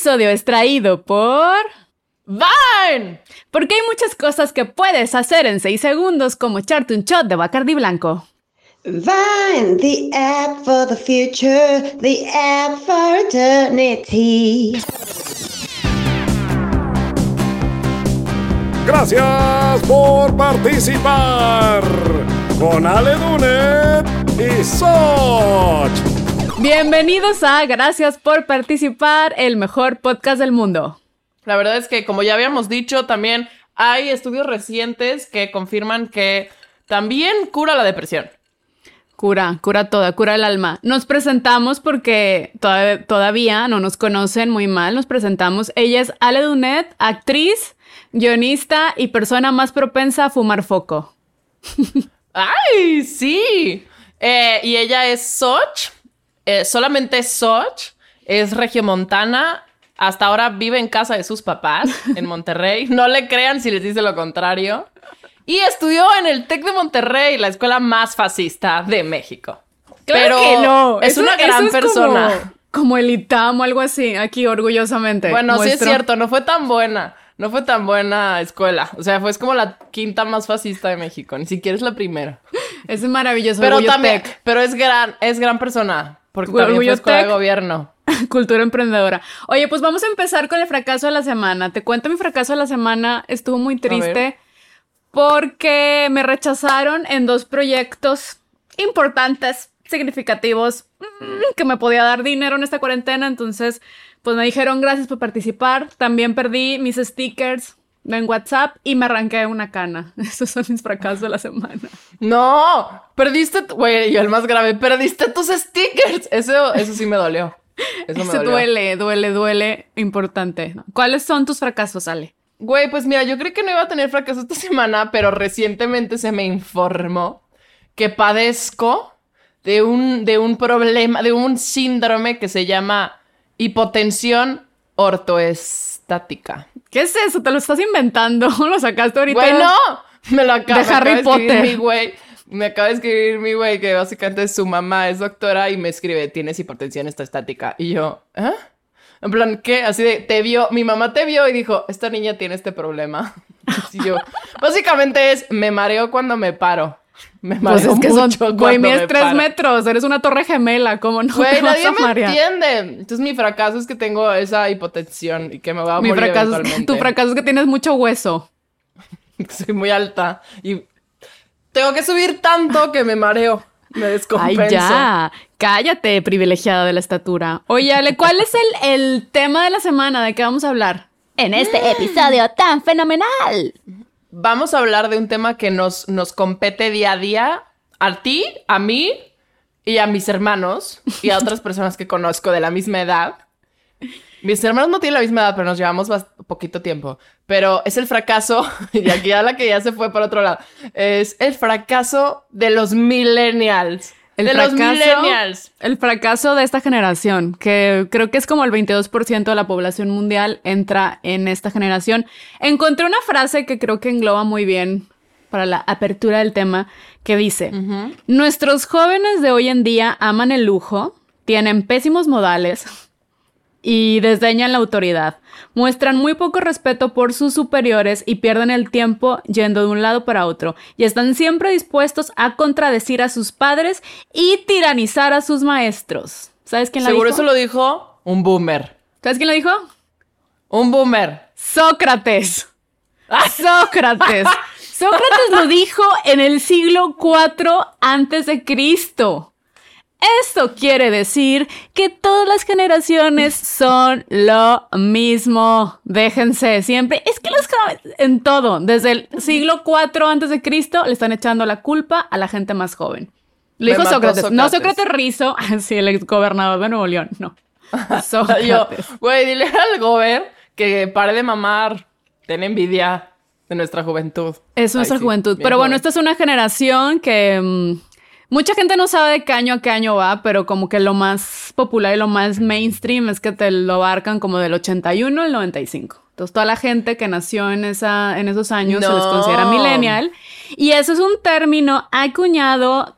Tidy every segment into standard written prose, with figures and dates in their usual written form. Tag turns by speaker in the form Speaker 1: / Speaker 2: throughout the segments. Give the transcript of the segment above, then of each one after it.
Speaker 1: episodio es traído por
Speaker 2: Vine.
Speaker 1: Porque hay muchas cosas que puedes hacer en 6 segundos, como echarte un shot de Bacardi blanco.
Speaker 3: Vine, the app for the future, the app for eternity.
Speaker 4: Gracias por participar con Ale Dunet y Soch.
Speaker 1: Bienvenidos a Gracias por participar, el mejor podcast del mundo.
Speaker 2: La verdad es que, como ya habíamos dicho, también hay estudios recientes que confirman que también cura la depresión.
Speaker 1: Cura toda, cura el alma. Nos presentamos porque todavía no nos conocen muy mal. Nos presentamos. Ella es Ale Dunet, actriz, guionista y persona más propensa a fumar foco.
Speaker 2: ¡Ay, sí! Y ella es Soch, solamente Soch, es regiomontana. Hasta ahora vive en casa de sus papás, en Monterrey. No le crean si les dice lo contrario. Y estudió en el TEC de Monterrey, la escuela más fascista de México.
Speaker 1: Claro
Speaker 2: pero
Speaker 1: que no.
Speaker 2: Es una gran persona.
Speaker 1: Como el ITAM o algo así, aquí orgullosamente.
Speaker 2: Bueno,
Speaker 1: muestro.
Speaker 2: Sí es cierto, no fue tan buena. No fue tan buena escuela. O sea, es como la quinta más fascista de México. Ni siquiera es la primera.
Speaker 1: Es maravilloso.
Speaker 2: Pero
Speaker 1: Orgullo
Speaker 2: también,
Speaker 1: Tech.
Speaker 2: pero es gran persona. Porque también
Speaker 1: Orgullo
Speaker 2: fue escuela
Speaker 1: Tech.
Speaker 2: de gobierno.
Speaker 1: Cultura emprendedora. Oye, pues vamos a empezar con el fracaso de la semana. Te cuento mi fracaso de la semana. Estuvo muy triste porque me rechazaron en 2 proyectos importantes, significativos, que me podía dar dinero en esta cuarentena. Entonces, pues me dijeron gracias por participar. También perdí mis stickers en WhatsApp y me arranqué una cana. Esos son mis fracasos de la semana.
Speaker 2: ¡No! Perdiste... Güey, y el más grave, perdiste tus stickers. Eso sí me dolió. Eso me dolió.
Speaker 1: duele. Importante. ¿Cuáles son tus fracasos, Ale?
Speaker 2: Güey, pues mira, yo creí que no iba a tener fracaso esta semana, pero recientemente se me informó que padezco de un problema, de un síndrome que se llama hipotensión ortoestática.
Speaker 1: ¿Qué es eso? ¿Te lo estás inventando? ¿Lo sacaste ahorita?
Speaker 2: Bueno, me lo acabo
Speaker 1: de Harry Potter.
Speaker 2: Me acaba de escribir mi güey, que básicamente su mamá es doctora y me escribe, tienes hipotensión ortoestática. Y yo, ¿eh? En plan, ¿qué? Así de, mi mamá te vio y dijo, esta niña tiene este problema. Y yo, básicamente me mareo cuando me paro. Me mareo
Speaker 1: pues es que
Speaker 2: mucho
Speaker 1: son, güey, mides 3
Speaker 2: paro.
Speaker 1: metros, eres una torre gemela, ¿cómo no
Speaker 2: Güey,
Speaker 1: te vas
Speaker 2: nadie
Speaker 1: a
Speaker 2: me
Speaker 1: marear?
Speaker 2: entiende. Entonces mi fracaso es que tengo esa hipotensión y que me voy a morir eventualmente.
Speaker 1: Tu fracaso es que tienes mucho hueso.
Speaker 2: Soy muy alta y tengo que subir tanto que me mareo. Me descompenso.
Speaker 1: Ay, ya. Cállate, privilegiada de la estatura. Oye, Ale, ¿cuál es el tema de la semana? ¿De qué vamos a hablar? En este episodio tan fenomenal.
Speaker 2: Vamos a hablar de un tema que nos compete día a día. A ti, a mí y a mis hermanos y a otras personas que conozco de la misma edad. Mis hermanos no tienen la misma edad, pero nos llevamos poquito tiempo. Pero es el fracaso, y aquí a la que ya se fue por otro lado, es el fracaso de los millennials.
Speaker 1: El fracaso de esta generación, que creo que es como el 22% de la población mundial entra en esta generación. Encontré una frase que creo que engloba muy bien para la apertura del tema, que dice, nuestros jóvenes de hoy en día aman el lujo, tienen pésimos modales y desdeñan la autoridad. Muestran muy poco respeto por sus superiores y pierden el tiempo yendo de un lado para otro. Y están siempre dispuestos a contradecir a sus padres y tiranizar a sus maestros. ¿Sabes quién la dijo?
Speaker 2: Seguro eso lo dijo un boomer.
Speaker 1: ¿Sabes quién lo dijo?
Speaker 2: Un boomer.
Speaker 1: Sócrates. Sócrates. Sócrates lo dijo en el siglo IV antes de Cristo. Esto quiere decir que todas las generaciones son lo mismo. Déjense siempre. Es que los jóvenes, en todo, desde el siglo IV antes de Cristo, le están echando la culpa a la gente más joven. Lo dijo Sócrates. No Sócrates Rizzo, sí, el exgobernador de Nuevo León, no. Sócrates.
Speaker 2: Güey, dile al gober que pare de mamar. Ten envidia de nuestra juventud.
Speaker 1: Es nuestra juventud. Pero bueno, esta es una generación que... mucha gente no sabe de qué año a qué año va, pero como que lo más popular y lo más mainstream es que te lo abarcan como del 81 al 95. Entonces, toda la gente que nació en esos años se les considera millennial. Y eso es un término acuñado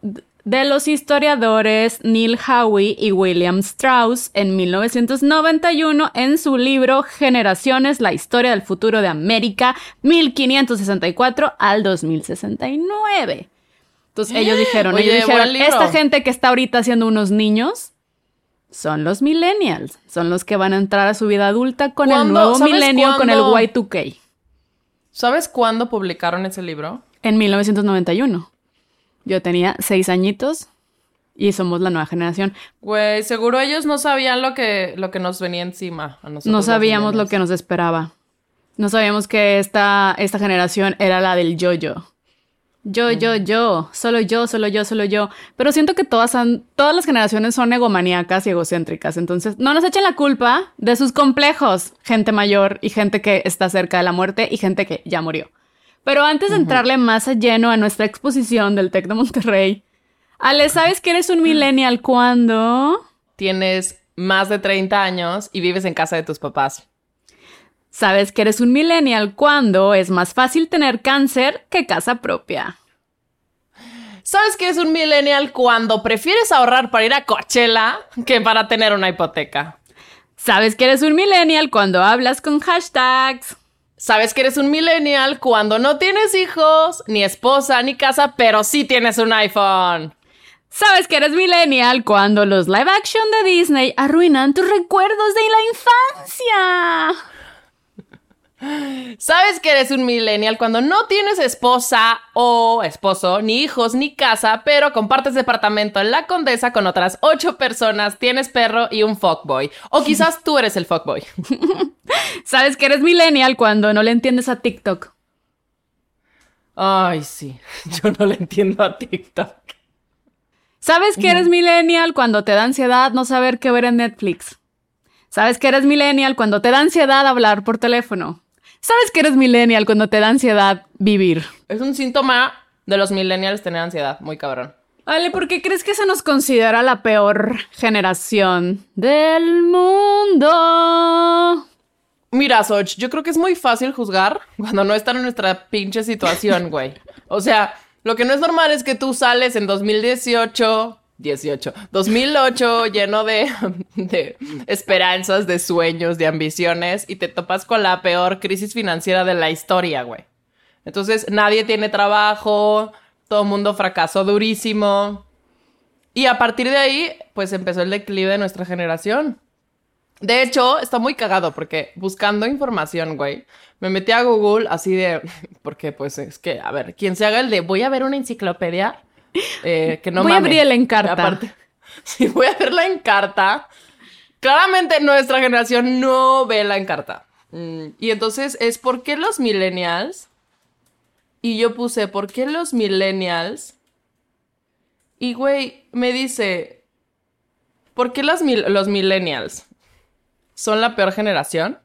Speaker 1: de los historiadores Neil Howey y William Strauss en 1991 en su libro Generaciones, la historia del futuro de América, 1564 al 2069. Entonces ellos dijeron, esta gente que está ahorita siendo unos niños son los millennials, son los que van a entrar a su vida adulta con el nuevo milenio, con el Y2K.
Speaker 2: ¿Sabes cuándo publicaron ese libro?
Speaker 1: En 1991. Yo tenía 6 añitos y somos la nueva generación.
Speaker 2: Güey, seguro ellos no sabían lo que nos venía encima a nosotros.
Speaker 1: No sabíamos lo que nos esperaba. No sabíamos que esta generación era la del yo-yo. Yo, solo yo. Pero siento que todas las generaciones son egomaníacas y egocéntricas. Entonces, no nos echen la culpa de sus complejos. Gente mayor y gente que está cerca de la muerte y gente que ya murió. Pero antes de entrarle más a lleno a nuestra exposición del TEC de Monterrey, Ale, ¿sabes que eres un millennial cuando
Speaker 2: tienes más de 30 años y vives en casa de tus papás?
Speaker 1: ¿Sabes que eres un millennial cuando es más fácil tener cáncer que casa propia?
Speaker 2: ¿Sabes que eres un millennial cuando prefieres ahorrar para ir a Coachella que para tener una hipoteca?
Speaker 1: ¿Sabes que eres un millennial cuando hablas con hashtags?
Speaker 2: ¿Sabes que eres un millennial cuando no tienes hijos, ni esposa, ni casa, pero sí tienes un iPhone?
Speaker 1: ¿Sabes que eres millennial cuando los live action de Disney arruinan tus recuerdos de la infancia?
Speaker 2: ¿Sabes que eres un millennial cuando no tienes esposa o esposo, ni hijos, ni casa, pero compartes departamento en La Condesa con otras 8 personas, tienes perro y un fuckboy? O quizás tú eres el fuckboy.
Speaker 1: ¿Sabes que eres millennial cuando no le entiendes a TikTok?
Speaker 2: Ay, sí. Yo no le entiendo a TikTok.
Speaker 1: ¿Sabes que eres millennial cuando te da ansiedad no saber qué ver en Netflix? ¿Sabes que eres millennial cuando te da ansiedad hablar por teléfono? ¿Sabes que eres millennial cuando te da ansiedad vivir?
Speaker 2: Es un síntoma de los millennials tener ansiedad, muy cabrón.
Speaker 1: Vale, ¿por qué crees que se nos considera la peor generación del mundo?
Speaker 2: Mira, Soch, yo creo que es muy fácil juzgar cuando no están en nuestra pinche situación, güey. O sea, lo que no es normal es que tú sales en 2008 lleno de esperanzas, de sueños, de ambiciones y te topas con la peor crisis financiera de la historia, güey. Entonces, nadie tiene trabajo, todo el mundo fracasó durísimo. Y a partir de ahí, pues empezó el declive de nuestra generación. De hecho, está muy cagado porque buscando información, güey, me metí a Google así de... Porque, pues, es que, a ver, quien se haga el de voy a ver una enciclopedia... que no
Speaker 1: voy a abrir la Encarta.
Speaker 2: Aparte, sí, voy a ver la Encarta. Claramente nuestra generación no ve la Encarta. Y entonces es ¿por qué los millennials? Y yo puse ¿por qué los millennials? Y güey, me dice ¿por qué los millennials son la peor generación?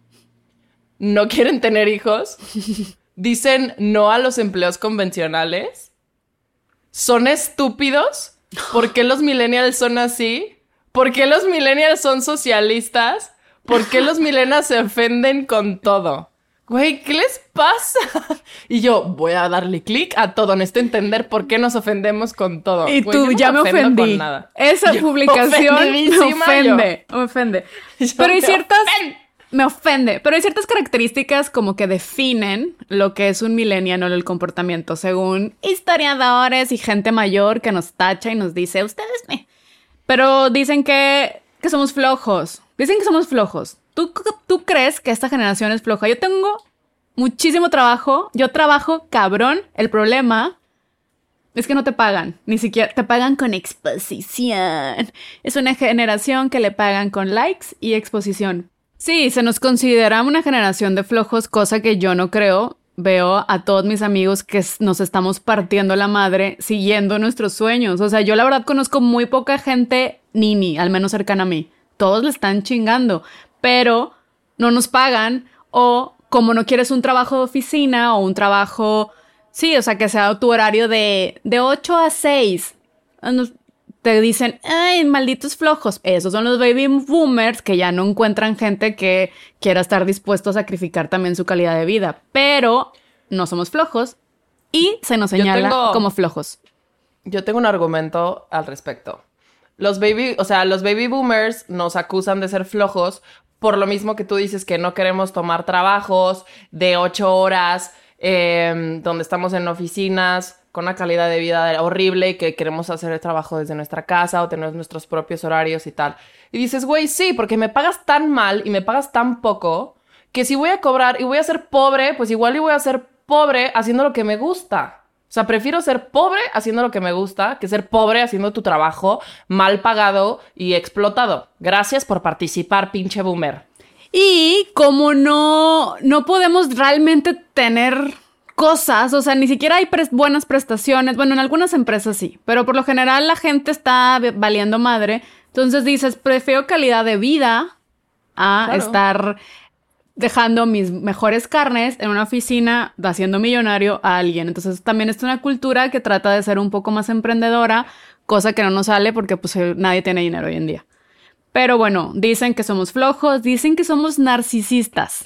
Speaker 2: ¿No quieren tener hijos? ¿Dicen no a los empleos convencionales? ¿Son estúpidos? ¿Por qué los millennials son así? ¿Por qué los millennials son socialistas? ¿Por qué los millennials se ofenden con todo? Güey, ¿qué les pasa? Y yo voy a darle clic a todo. Necesito entender por qué nos ofendemos con todo.
Speaker 1: Y güey, tú, ya me ofendí. Esa publicación me ofende. Pero hay ciertas... Me ofende, pero hay ciertas características como que definen lo que es un millennial o el comportamiento, según historiadores y gente mayor que nos tacha y nos dice, ustedes me... Pero dicen que somos flojos. Dicen que somos flojos. ¿Tú crees que esta generación es floja? Yo tengo muchísimo trabajo. Yo trabajo cabrón. El problema es que no te pagan. Ni siquiera te pagan con exposición. Es una generación que le pagan con likes y exposición. Sí, se nos considera una generación de flojos, cosa que yo no creo. Veo a todos mis amigos que nos estamos partiendo la madre siguiendo nuestros sueños. O sea, yo la verdad conozco muy poca gente nini, al menos cercana a mí. Todos le están chingando, pero no nos pagan o como no quieres un trabajo de oficina o un trabajo... Sí, o sea, que sea tu horario de 8 a 6. Te dicen, ay, malditos flojos. Esos son los baby boomers que ya no encuentran gente que quiera estar dispuesto a sacrificar también su calidad de vida. Pero no somos flojos y se nos señala como flojos.
Speaker 2: Yo tengo un argumento al respecto. Los baby boomers nos acusan de ser flojos por lo mismo que tú dices que no queremos tomar trabajos de 8 horas, donde estamos en oficinas con una calidad de vida horrible y que queremos hacer el trabajo desde nuestra casa o tener nuestros propios horarios y tal. Y dices, güey, sí, porque me pagas tan mal y me pagas tan poco que si voy a cobrar y voy a ser pobre, pues igual y voy a ser pobre haciendo lo que me gusta. O sea, prefiero ser pobre haciendo lo que me gusta que ser pobre haciendo tu trabajo mal pagado y explotado. Gracias por participar, pinche boomer.
Speaker 1: Y como no podemos realmente tener cosas, o sea, ni siquiera hay buenas prestaciones. Bueno, en algunas empresas sí, pero por lo general la gente está valiendo madre. Entonces dices, prefiero calidad de vida a estar dejando mis mejores carnes en una oficina haciendo millonario a alguien. Entonces también es una cultura que trata de ser un poco más emprendedora, cosa que no nos sale porque pues nadie tiene dinero hoy en día. Pero bueno, dicen que somos flojos, dicen que somos narcisistas.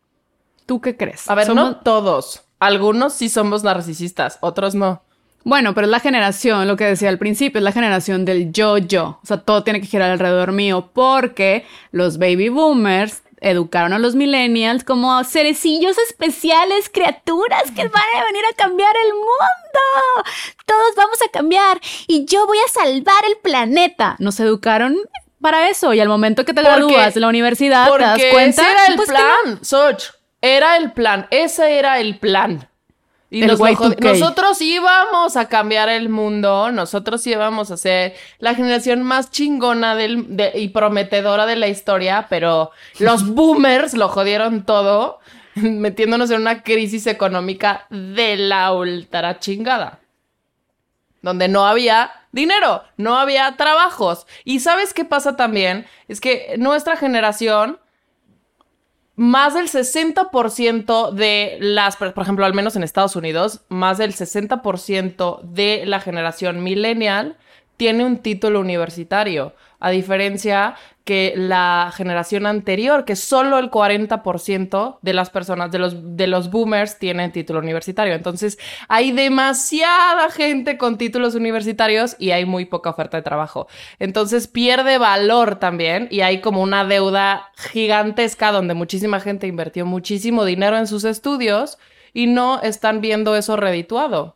Speaker 1: ¿Tú qué crees?
Speaker 2: A ver, no todos. Algunos sí somos narcisistas, otros no.
Speaker 1: Bueno, pero es la generación, lo que decía al principio, es la generación del yo. O sea, todo tiene que girar alrededor mío porque los baby boomers educaron a los millennials como cerecillos especiales, criaturas que van a venir a cambiar el mundo. Todos vamos a cambiar y yo voy a salvar el planeta. Nos educaron para eso y al momento que te gradúas de la universidad te das cuenta.
Speaker 2: Ese era el plan, Soch. Era el plan. Ese era el plan. Y nosotros íbamos a cambiar el mundo, nosotros íbamos a ser la generación más chingona y prometedora de la historia, pero los boomers lo jodieron todo, metiéndonos en una crisis económica de la ultra chingada, donde no había dinero, no había trabajos. Y ¿sabes qué pasa también? Es que nuestra generación... Más del 60% de por ejemplo, al menos en Estados Unidos, más del 60% de la generación millennial tiene un título universitario, a diferencia que la generación anterior, que solo el 40% de las personas, de los boomers, tienen título universitario. Entonces, hay demasiada gente con títulos universitarios y hay muy poca oferta de trabajo. Entonces, pierde valor también y hay como una deuda gigantesca donde muchísima gente invirtió muchísimo dinero en sus estudios y no están viendo eso redituado.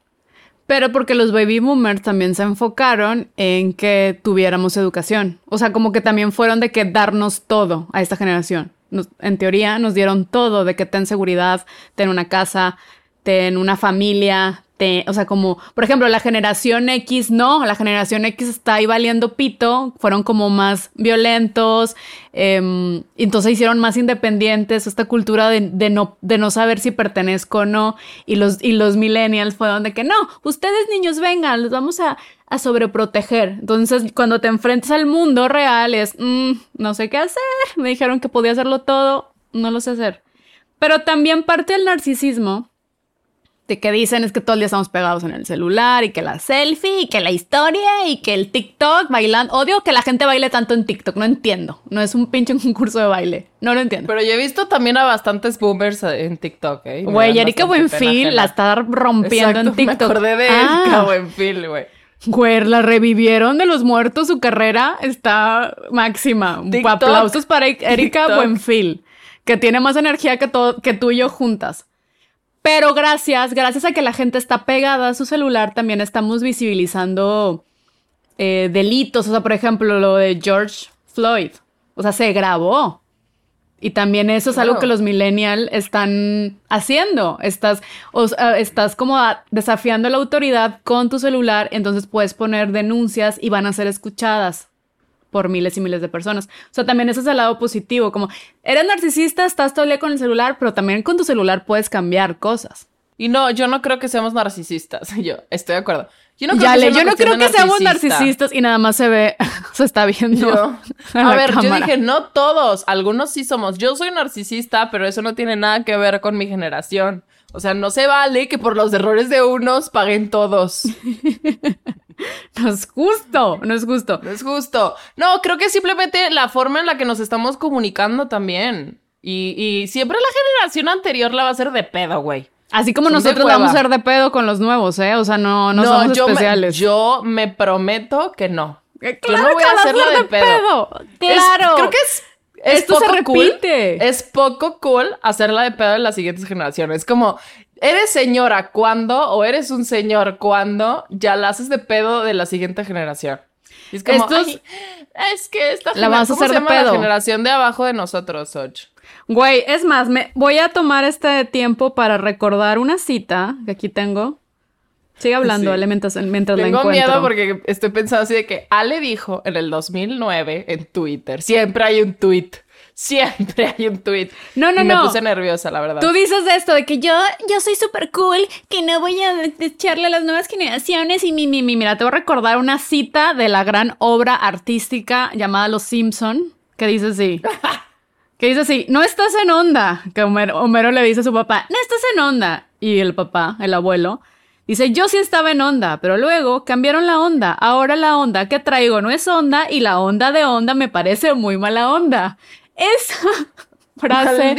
Speaker 1: Pero porque los baby boomers también se enfocaron en que tuviéramos educación. O sea, como que también fueron de que darnos todo a esta generación. En teoría nos dieron todo, de que ten seguridad, ten una casa, ten una familia, o sea, como, por ejemplo, la generación X, no, la generación X está ahí valiendo pito, fueron como más violentos, entonces hicieron más independientes, esta cultura de no saber si pertenezco o no, y los millennials fueron de que no, ustedes niños vengan, los vamos a sobreproteger. Entonces, cuando te enfrentas al mundo real es, no sé qué hacer, me dijeron que podía hacerlo todo, no lo sé hacer. Pero también parte del narcisismo de que dicen es que todo el día estamos pegados en el celular y que la selfie y que la historia y que el TikTok bailando. Odio que la gente baile tanto en TikTok, no entiendo. No es un pinche concurso de baile, no lo entiendo.
Speaker 2: Pero yo he visto también a bastantes boomers en TikTok, ¿eh?
Speaker 1: Güey, Erika Buenfil la está rompiendo. Exacto, en TikTok.
Speaker 2: Me acordé de Erika Buenfil, güey.
Speaker 1: Güey, la revivieron de los muertos, su carrera está máxima. TikTok, aplausos para Erika Buenfil, que tiene más energía que tú y yo juntas. Pero gracias a que la gente está pegada a su celular, también estamos visibilizando delitos. O sea, por ejemplo, lo de George Floyd. O sea, se grabó. Y también eso es algo que los millennials están haciendo. Estás como desafiando la autoridad con tu celular, entonces puedes poner denuncias y van a ser escuchadas por miles y miles de personas. O sea, también ese es el lado positivo, como eres narcisista, estás todo el día con el celular, pero también con tu celular puedes cambiar cosas.
Speaker 2: Y no, yo no creo que seamos narcisistas. Yo estoy de acuerdo. Yo no
Speaker 1: creo que seamos narcisistas y nada más se está viendo.
Speaker 2: A ver, cámara. Yo dije, no todos, algunos sí somos. Yo soy narcisista, pero eso no tiene nada que ver con mi generación. O sea, no se vale que por los errores de unos paguen todos.
Speaker 1: No es justo.
Speaker 2: No, creo que simplemente la forma en la que nos estamos comunicando también. Y siempre la generación anterior la va a hacer de pedo, güey.
Speaker 1: Así como
Speaker 2: Son de
Speaker 1: nosotros
Speaker 2: hueva.
Speaker 1: vamos a ser de pedo con los nuevos, ¿eh? O sea, no somos especiales.
Speaker 2: Yo me prometo que no.
Speaker 1: Claro
Speaker 2: yo no voy
Speaker 1: que
Speaker 2: a
Speaker 1: vas
Speaker 2: hacerla de pedo.
Speaker 1: Claro.
Speaker 2: Creo que es
Speaker 1: Esto se
Speaker 2: poco
Speaker 1: repite.
Speaker 2: Cool, es poco cool hacerla de pedo en las siguientes generaciones. Como, ¿eres señora cuando o eres un señor cuando ya la haces de pedo de la siguiente generación? Y es como, es que esta
Speaker 1: la vas a hacer de
Speaker 2: la
Speaker 1: pedo.
Speaker 2: generación de abajo de nosotros, Och?
Speaker 1: Güey, es más, voy a tomar este tiempo para recordar una cita que aquí tengo. Sigue hablando,
Speaker 2: Sí.
Speaker 1: Ale, mientras la encuentro.
Speaker 2: Tengo miedo porque estoy pensando así de que Ale dijo en el 2009 en Twitter. Siempre hay un tweet. Siempre hay un tweet.
Speaker 1: No.
Speaker 2: Y me puse nerviosa, la verdad.
Speaker 1: Tú dices esto de que yo soy súper cool, que no voy a echarle a las nuevas generaciones y Mira, te voy a recordar una cita de la gran obra artística llamada Los Simpson, que dice así. Que dice así, no estás en onda. Que Homero le dice a su papá, no estás en onda. Y el papá, el abuelo, dice, yo sí estaba en onda, pero luego cambiaron la onda. Ahora la onda que traigo no es onda y la onda de onda me parece muy mala onda. Esa frase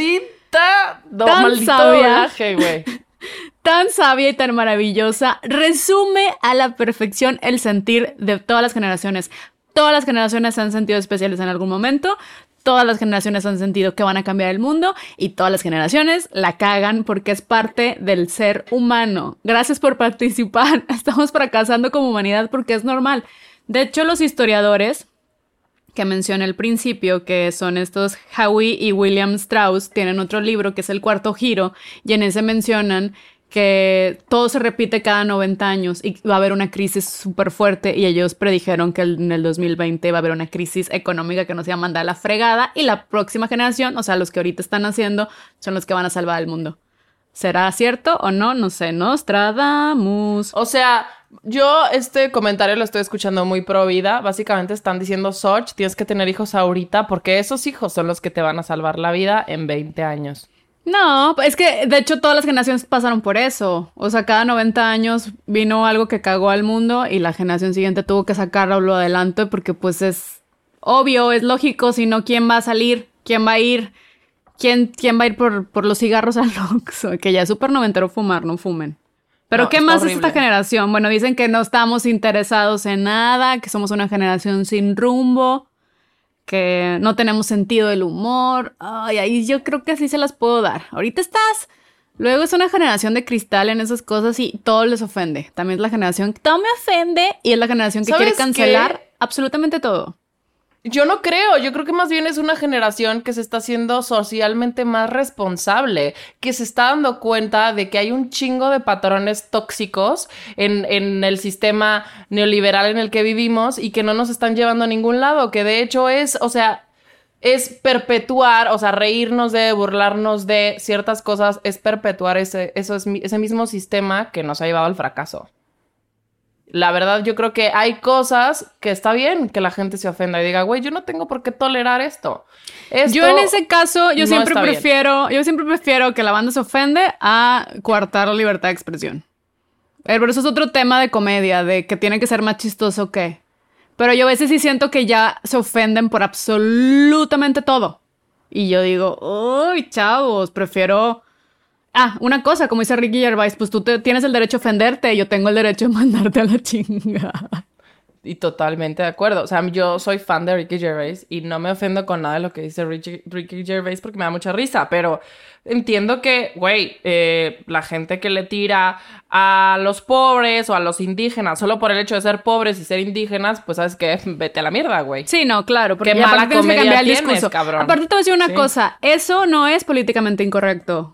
Speaker 2: maldito
Speaker 1: sabia.
Speaker 2: doblaje, güey.
Speaker 1: tan sabia y tan maravillosa resume a la perfección el sentir de todas las generaciones. Todas las generaciones se han sentido especiales en algún momento. Todas las generaciones han sentido que van a cambiar el mundo y todas las generaciones la cagan porque es parte del ser humano. Gracias por participar. Estamos fracasando como humanidad porque es normal. De hecho, los historiadores que mencioné al principio, que son estos Howie y William Strauss, tienen otro libro que es El Cuarto Giro y en ese mencionan que todo se repite cada 90 años y va a haber una crisis súper fuerte y ellos predijeron que en el 2020 va a haber una crisis económica que nos iba a mandar a la fregada y la próxima generación, o sea, los que ahorita están haciendo, son los que van a salvar el mundo. ¿Será cierto o no? No sé. Nostradamus.
Speaker 2: O sea, yo este comentario lo estoy escuchando muy pro vida. Básicamente están diciendo, Soch, tienes que tener hijos ahorita porque esos hijos son los que te van a salvar la vida en 20 años.
Speaker 1: No, es que de hecho todas las generaciones pasaron por eso. O sea, cada 90 años vino algo que cagó al mundo y la generación siguiente tuvo que sacarlo adelante porque pues es obvio, es lógico, si no, ¿quién va a salir? ¿Quién va a ir? ¿Quién va a ir por los cigarros al Oxxo? Que ya es súper noventero fumar, no fumen. Pero
Speaker 2: No,
Speaker 1: ¿qué
Speaker 2: está
Speaker 1: más
Speaker 2: horrible.
Speaker 1: es esta generación? Bueno, dicen que no estamos interesados en nada, que somos una generación sin rumbo, que no tenemos sentido del humor. Ay, ahí yo creo que así se las puedo dar. Ahorita estás... Luego es una generación de cristal en esas cosas y todo les ofende. También es la generación que todo me ofende y es la generación que quiere
Speaker 2: ¿Sabes
Speaker 1: cancelar
Speaker 2: qué?
Speaker 1: absolutamente todo.
Speaker 2: Yo no creo, yo creo que más bien es una generación que se está haciendo socialmente más responsable, que se está dando cuenta de que hay un chingo de patrones tóxicos en el sistema neoliberal en el que vivimos y que no nos están llevando a ningún lado, que de hecho es, o sea, es perpetuar, o sea, reírnos de, burlarnos de ciertas cosas, es perpetuar ese mismo sistema que nos ha llevado al fracaso. La verdad, yo creo que hay cosas que está bien que la gente se ofenda y diga, güey, yo no tengo por qué tolerar esto.
Speaker 1: Yo en ese caso, yo
Speaker 2: no
Speaker 1: siempre
Speaker 2: está bien.
Speaker 1: prefiero que la banda se ofende a coartar la libertad de expresión. Pero eso es otro tema de comedia, de que tiene que ser más chistoso o qué. Pero yo a veces sí siento que ya se ofenden por absolutamente todo. Y yo digo, uy, chavos, prefiero... Ah, una cosa, como dice Ricky Gervais, pues tú tienes el derecho a ofenderte, yo tengo el derecho de mandarte a la chingada.
Speaker 2: Y totalmente de acuerdo. O sea, yo soy fan de Ricky Gervais y no me ofendo con nada de lo que dice Ricky Gervais porque me da mucha risa, pero entiendo que, güey, la gente que le tira a los pobres o a los indígenas solo por el hecho de ser pobres y ser indígenas, pues sabes qué, vete a la mierda, güey.
Speaker 1: Sí, no, claro, porque
Speaker 2: Qué
Speaker 1: aparte
Speaker 2: mala
Speaker 1: tienes que
Speaker 2: comedia
Speaker 1: cambiar el
Speaker 2: tienes,
Speaker 1: discurso.
Speaker 2: cabrón.
Speaker 1: Aparte te voy a decir una
Speaker 2: Sí.
Speaker 1: cosa, eso no es políticamente incorrecto.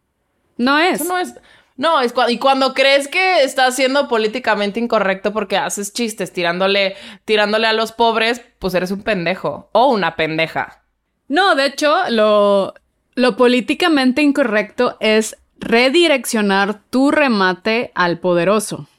Speaker 1: No es.
Speaker 2: Eso no es... No, y cuando crees que estás siendo políticamente incorrecto porque haces chistes tirándole a los pobres, pues eres un pendejo o una pendeja.
Speaker 1: No, de hecho, lo políticamente incorrecto es redireccionar tu remate al poderoso.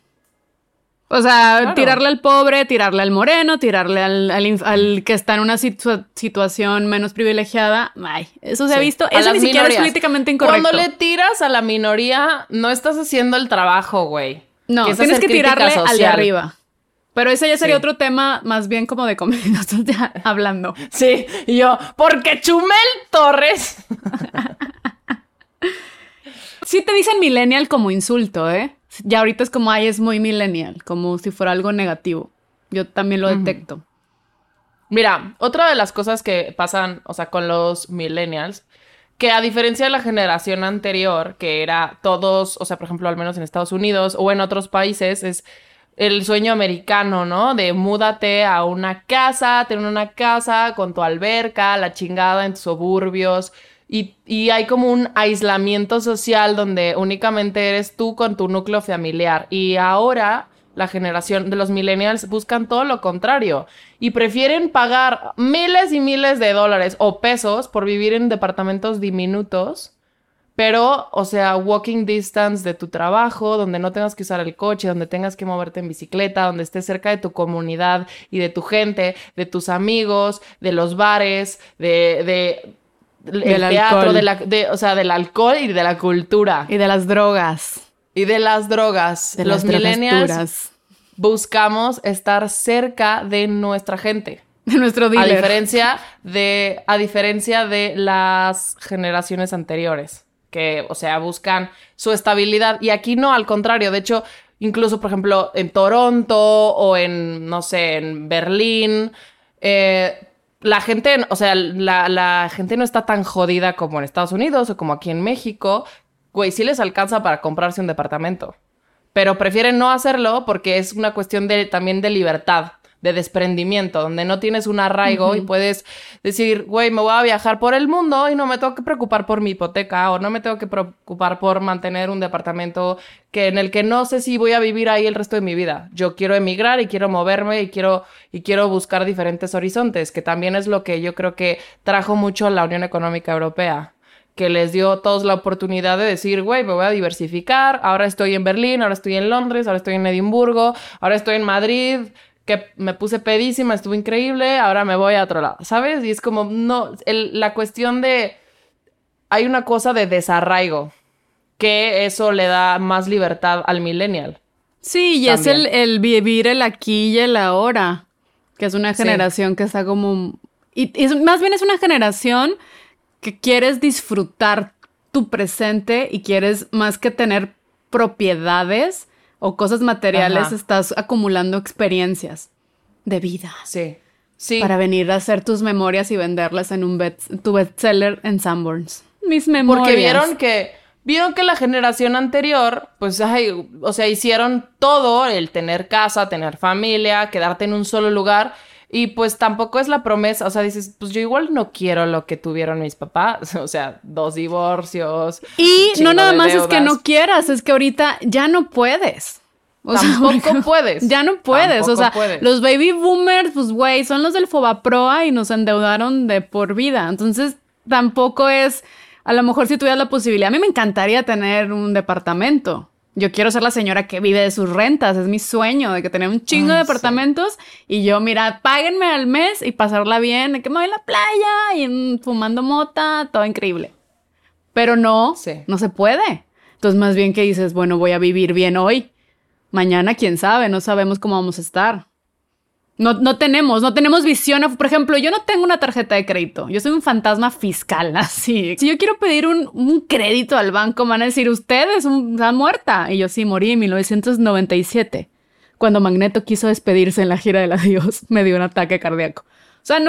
Speaker 1: O sea,
Speaker 2: Claro.
Speaker 1: tirarle al pobre, tirarle al moreno, tirarle al que está en una situación menos privilegiada. Ay, eso se ha
Speaker 2: Sí.
Speaker 1: visto.
Speaker 2: A
Speaker 1: Eso
Speaker 2: las
Speaker 1: ni siquiera es
Speaker 2: minorías.
Speaker 1: políticamente incorrecto.
Speaker 2: Cuando le tiras a la minoría, no estás haciendo el trabajo, güey.
Speaker 1: No,
Speaker 2: es
Speaker 1: tienes
Speaker 2: hacer
Speaker 1: que
Speaker 2: crítica
Speaker 1: tirarle al de
Speaker 2: social.
Speaker 1: arriba. Pero ese ya sería
Speaker 2: Sí.
Speaker 1: otro tema más bien como de comedia. No estás ya hablando.
Speaker 2: Sí, y yo, porque Chumel Torres.
Speaker 1: Sí te dicen millennial como insulto, ¿eh? Ya ahorita es como, ay, es muy millennial, como si fuera algo negativo. Yo también lo detecto.
Speaker 2: Mira, otra de las cosas que pasan, o sea, con los millennials, que a diferencia de la generación anterior, que era todos, o sea, por ejemplo, al menos en Estados Unidos o en otros países, es el sueño americano, ¿no? De múdate a una casa, tener una casa con tu alberca, la chingada en tus suburbios. Y hay como un aislamiento social donde únicamente eres tú con tu núcleo familiar. Y ahora la generación de los millennials buscan todo lo contrario y prefieren pagar miles y miles de dólares o pesos por vivir en departamentos diminutos, pero, o sea, walking distance de tu trabajo, donde no tengas que usar el coche, donde tengas que moverte en bicicleta, donde estés cerca de tu comunidad y de tu gente, de tus amigos, de los bares, del teatro, o sea, del alcohol y de la cultura.
Speaker 1: Y de las drogas.
Speaker 2: Y de las drogas.
Speaker 1: De
Speaker 2: los
Speaker 1: las
Speaker 2: millennials
Speaker 1: drogasturas.
Speaker 2: Buscamos estar cerca de nuestra gente.
Speaker 1: De nuestro dealer.
Speaker 2: A diferencia de las generaciones anteriores, que, o sea, buscan su estabilidad. Y aquí no, al contrario. De hecho, incluso, por ejemplo, en Toronto o en, no sé, en Berlín, la gente, o sea, la gente no está tan jodida como en Estados Unidos o como aquí en México. Güey, sí les alcanza para comprarse un departamento. Pero prefieren no hacerlo porque es una cuestión también de libertad, de desprendimiento, donde no tienes un arraigo y puedes decir, güey, me voy a viajar por el mundo y no me tengo que preocupar por mi hipoteca o no me tengo que preocupar por mantener un departamento en el que no sé si voy a vivir ahí el resto de mi vida. Yo quiero emigrar y quiero moverme y quiero buscar diferentes horizontes, que también es lo que yo creo que trajo mucho la Unión Económica Europea, que les dio a todos la oportunidad de decir, güey, me voy a diversificar, ahora estoy en Berlín, ahora estoy en Londres, ahora estoy en Edimburgo, ahora estoy en Madrid, que me puse pedísima, estuvo increíble, ahora me voy a otro lado, ¿sabes? Y es como, no, la cuestión de, hay una cosa de desarraigo, que eso le da más libertad al millennial.
Speaker 1: Sí, y también es el vivir el aquí y el ahora, que es una generación que está como, y más bien es una generación que quieres disfrutar tu presente y quieres más que tener propiedades o cosas materiales, estás acumulando experiencias de vida.
Speaker 2: Sí, sí.
Speaker 1: Para venir a hacer tus memorias y venderlas en tu bestseller en Sanborns. Mis memorias.
Speaker 2: Porque vieron que la generación anterior, pues, o sea, hicieron todo, el tener casa, tener familia, quedarte en un solo lugar. Y pues tampoco es la promesa, o sea, dices, pues yo igual no quiero lo que tuvieron mis papás, o sea, 2 divorcios.
Speaker 1: Y no nada más es que no quieras, es que ahorita ya no puedes.
Speaker 2: Tampoco puedes.
Speaker 1: Ya no puedes, o sea, los baby boomers, pues güey, son los del Fobaproa y nos endeudaron de por vida. Entonces, tampoco es, a lo mejor si tuvieras la posibilidad, a mí me encantaría tener un departamento. Yo quiero ser la señora que vive de sus rentas. Es mi sueño de que tener un chingo de departamentos. Sí. Y yo, mira, páguenme al mes y pasarla bien. De que me voy a la playa y fumando mota. Todo increíble. Pero no se puede. Entonces, más bien que dices, bueno, voy a vivir bien hoy. Mañana, quién sabe. No sabemos cómo vamos a estar. No tenemos visión. Por ejemplo, yo no tengo una tarjeta de crédito. Yo soy un fantasma fiscal, así. Si yo quiero pedir un crédito al banco, me van a decir, usted está muerta. Y yo sí, morí en 1997. Cuando Magneto quiso despedirse en la gira del adiós, me dio un ataque cardíaco. O sea,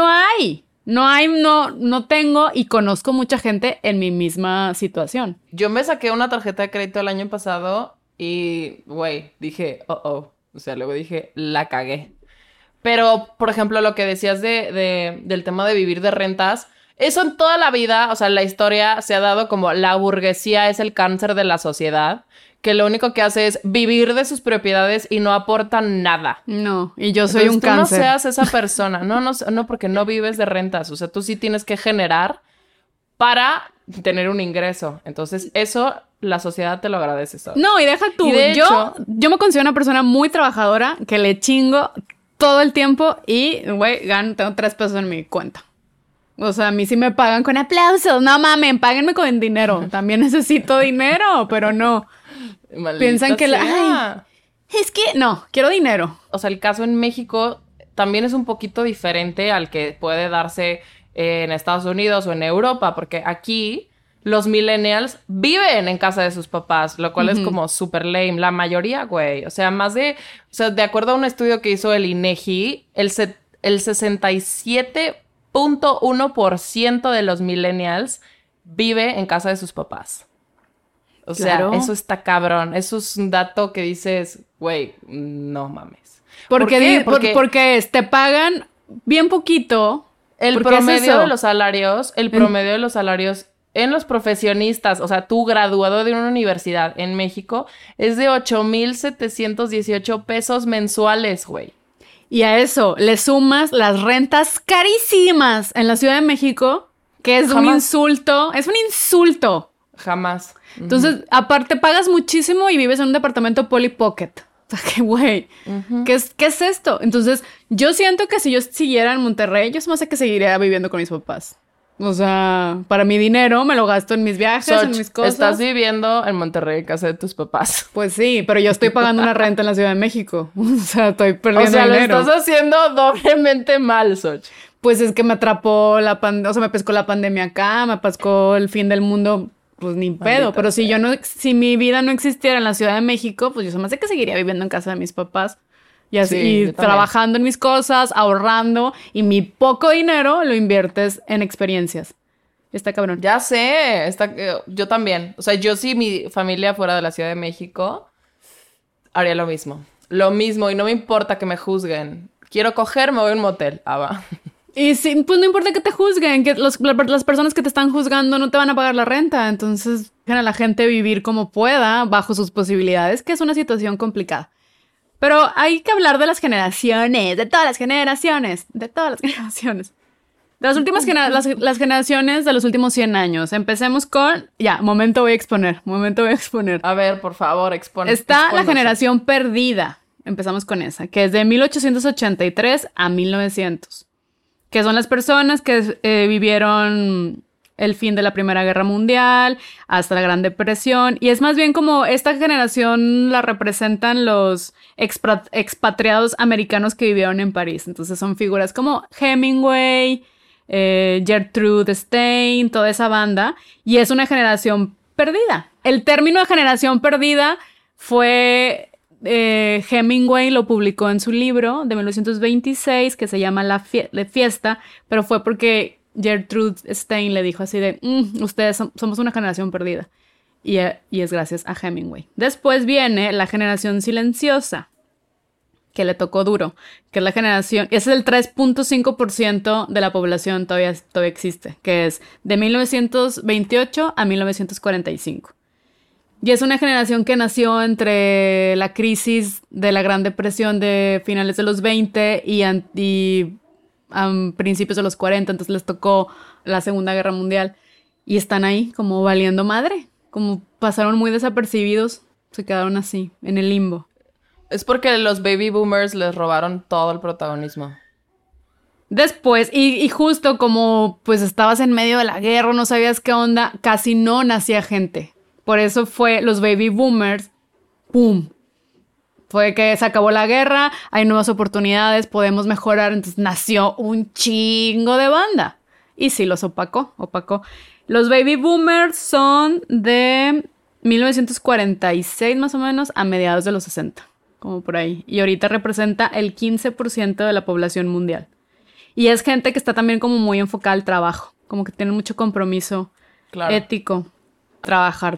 Speaker 1: no tengo y conozco mucha gente en mi misma situación.
Speaker 2: Yo me saqué una tarjeta de crédito el año pasado y, güey, dije, O sea, luego dije, la cagué. Pero, por ejemplo, lo que decías del tema de vivir de rentas, eso en toda la vida, o sea, la historia se ha dado como la burguesía es el cáncer de la sociedad, que lo único que hace es vivir de sus propiedades y no aporta nada.
Speaker 1: No, y yo soy un cáncer.
Speaker 2: No seas esa persona, no, porque no vives de rentas, o sea, tú sí tienes que generar para tener un ingreso. Entonces, eso la sociedad te lo agradece, ¿sabes?
Speaker 1: No, y deja tú, yo me considero una persona muy trabajadora, que le chingo todo el tiempo y, güey, tengo 3 pesos en mi cuenta. O sea, a mí sí me pagan con aplausos. No mamen, páguenme con dinero. También necesito dinero, pero no.
Speaker 2: Maldita
Speaker 1: piensan que
Speaker 2: sea.
Speaker 1: Es que no, quiero dinero.
Speaker 2: O sea, el caso en México también es un poquito diferente al que puede darse en Estados Unidos o en Europa, porque aquí los millennials viven en casa de sus papás, lo cual es como súper lame. La mayoría, güey. O sea, de acuerdo a un estudio que hizo el INEGI, el 67.1% de los millennials vive en casa de sus papás. O sea, eso está cabrón. Eso es un dato que dices, güey, no mames.
Speaker 1: ¿Por qué? Porque te pagan bien poquito.
Speaker 2: El promedio de los salarios en los profesionistas, o sea, tú graduado de una universidad en México, es de 8,718 pesos mensuales, güey.
Speaker 1: Y a eso le sumas las rentas carísimas en la Ciudad de México, que es un insulto. Es un insulto.
Speaker 2: Jamás.
Speaker 1: Entonces, aparte, pagas muchísimo y vives en un departamento Polly Pocket. O sea, que güey, ¿qué es esto? Entonces, yo siento que si yo siguiera en Monterrey, yo se me hace que seguiría viviendo con mis papás. O sea, para mi dinero me lo gasto en mis viajes, en mis cosas.
Speaker 2: Estás viviendo en Monterrey en casa de tus papás.
Speaker 1: Pues sí, pero yo estoy pagando una renta en la Ciudad de México. O sea, estoy perdiendo dinero.
Speaker 2: Lo estás haciendo doblemente mal, Xoch.
Speaker 1: Pues es que me atrapó me pescó la pandemia acá, me pescó el fin del mundo, pues ni pedo. Pero si mi vida no existiera en la Ciudad de México, pues yo se me hace que seguiría viviendo en casa de mis papás. Y así, y trabajando en mis cosas, ahorrando, y mi poco dinero lo inviertes en experiencias. Está cabrón.
Speaker 2: Ya sé, yo también. O sea, yo si mi familia fuera de la Ciudad de México, haría lo mismo. Lo mismo, y no me importa que me juzguen. Quiero coger, me voy a un motel. Va.
Speaker 1: Y sí, pues no importa que te juzguen, que las personas que te están juzgando no te van a pagar la renta. Entonces, dejen a la gente vivir como pueda, bajo sus posibilidades, que es una situación complicada. Pero hay que hablar de las generaciones, de todas las generaciones. De las últimas las generaciones de los últimos 100 años. Empecemos con... momento voy a exponer.
Speaker 2: A ver, por favor, expone.
Speaker 1: Está la generación perdida. Empezamos con esa, que es de 1883 a 1900. Que son las personas que vivieron el fin de la Primera Guerra Mundial hasta la Gran Depresión. Y es más bien como esta generación la representan los expatriados americanos que vivieron en París. Entonces son figuras como Hemingway, Gertrude Stein, toda esa banda. Y es una generación perdida. El término de generación perdida fue... Hemingway lo publicó en su libro de 1926 que se llama La Fiesta, pero fue porque Gertrude Stein le dijo así de ustedes somos una generación perdida, y es gracias a Hemingway. Después viene la generación silenciosa, que le tocó duro, que es la generación, ese es el 3.5% de la población todavía existe, que es de 1928 a 1945. Y es una generación que nació entre la crisis de la Gran Depresión de finales de los 20 y principios de los 40, entonces les tocó la Segunda Guerra Mundial. Y están ahí como valiendo madre, como pasaron muy desapercibidos, se quedaron así, en el limbo.
Speaker 2: Es porque los baby boomers les robaron todo el protagonismo.
Speaker 1: Después, y justo como pues estabas en medio de la guerra, no sabías qué onda, casi no nacía gente. Por eso fue los baby boomers, ¡pum! Fue que se acabó la guerra, hay nuevas oportunidades, podemos mejorar. Entonces nació un chingo de banda. Y sí, los opacó. Los baby boomers son de 1946 más o menos a mediados de los 60. Como por ahí. Y ahorita representa el 15% de la población mundial. Y es gente que está también como muy enfocada al trabajo. Como que tiene mucho compromiso ético. Trabajar.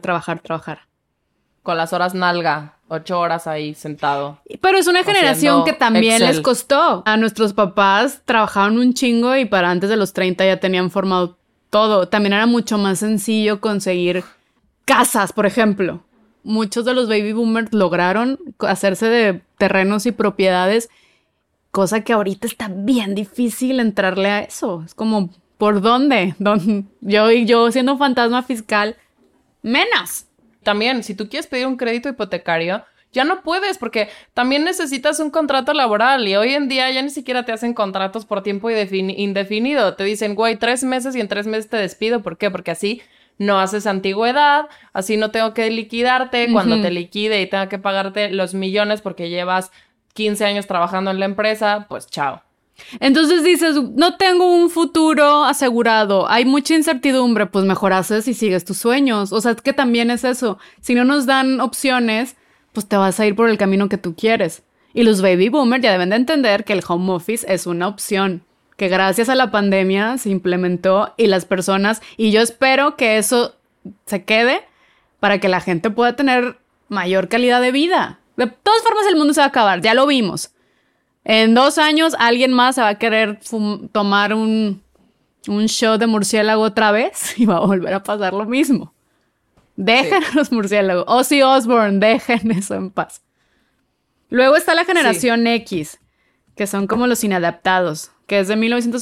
Speaker 2: Con las horas nalga, 8 horas ahí sentado.
Speaker 1: Pero es una generación que también les costó. A nuestros papás trabajaban un chingo y para antes de los 30 ya tenían formado todo. También era mucho más sencillo conseguir casas, por ejemplo. Muchos de los baby boomers lograron hacerse de terrenos y propiedades, cosa que ahorita está bien difícil entrarle a eso. Es como, ¿por dónde? Yo siendo un fantasma fiscal... menos.
Speaker 2: También, si tú quieres pedir un crédito hipotecario, ya no puedes porque también necesitas un contrato laboral y hoy en día ya ni siquiera te hacen contratos por tiempo indefinido. Te dicen, güey, 3 meses y en 3 meses te despido. ¿Por qué? Porque así no haces antigüedad, así no tengo que liquidarte. Cuando te liquide y tenga que pagarte los millones porque llevas 15 años trabajando en la empresa, pues chao.
Speaker 1: Entonces dices, no tengo un futuro asegurado, hay mucha incertidumbre, pues mejor haces y sigues tus sueños. O sea, es que también es eso. Si no nos dan opciones, pues te vas a ir por el camino que tú quieres. Y los baby boomers ya deben de entender que el home office es una opción, que gracias a la pandemia se implementó y las personas, y yo espero que eso se quede para que la gente pueda tener mayor calidad de vida. De todas formas el mundo se va a acabar, ya lo vimos. En 2 años alguien más se va a querer tomar un shot de murciélago otra vez y va a volver a pasar lo mismo. Dejen a los murciélagos. Ozzy Osbourne, dejen eso en paz. Luego está la generación X, que son como los inadaptados, que es de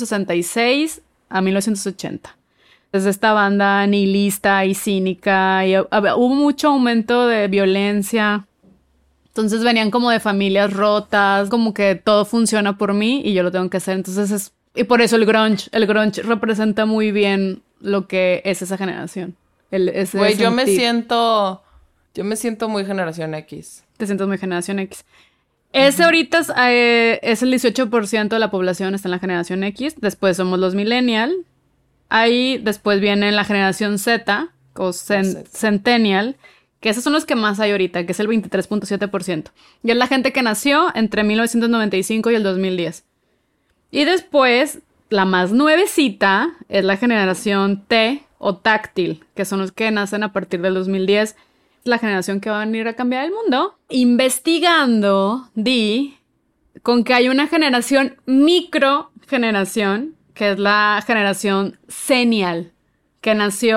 Speaker 1: 1966 a 1980. Es esta banda nihilista y cínica y hubo mucho aumento de violencia. Entonces venían como de familias rotas, como que todo funciona por mí y yo lo tengo que hacer. Entonces y por eso el grunge representa muy bien lo que es esa generación.
Speaker 2: Güey, yo me siento muy generación X.
Speaker 1: Te sientes muy generación X. Ese ahorita es el 18% de la población está en la generación X. Después somos los millennial. Ahí después viene la generación Z o centennial, que esos son los que más hay ahorita, que es el 23.7%. Y es la gente que nació entre 1995 y el 2010. Y después, la más nuevecita es la generación T o táctil, que son los que nacen a partir del 2010. La generación que va a venir a cambiar el mundo. Investigando, di con que hay una generación microgeneración, que es la generación Xennial, que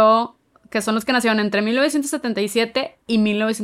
Speaker 1: son los que nacieron entre 1977 y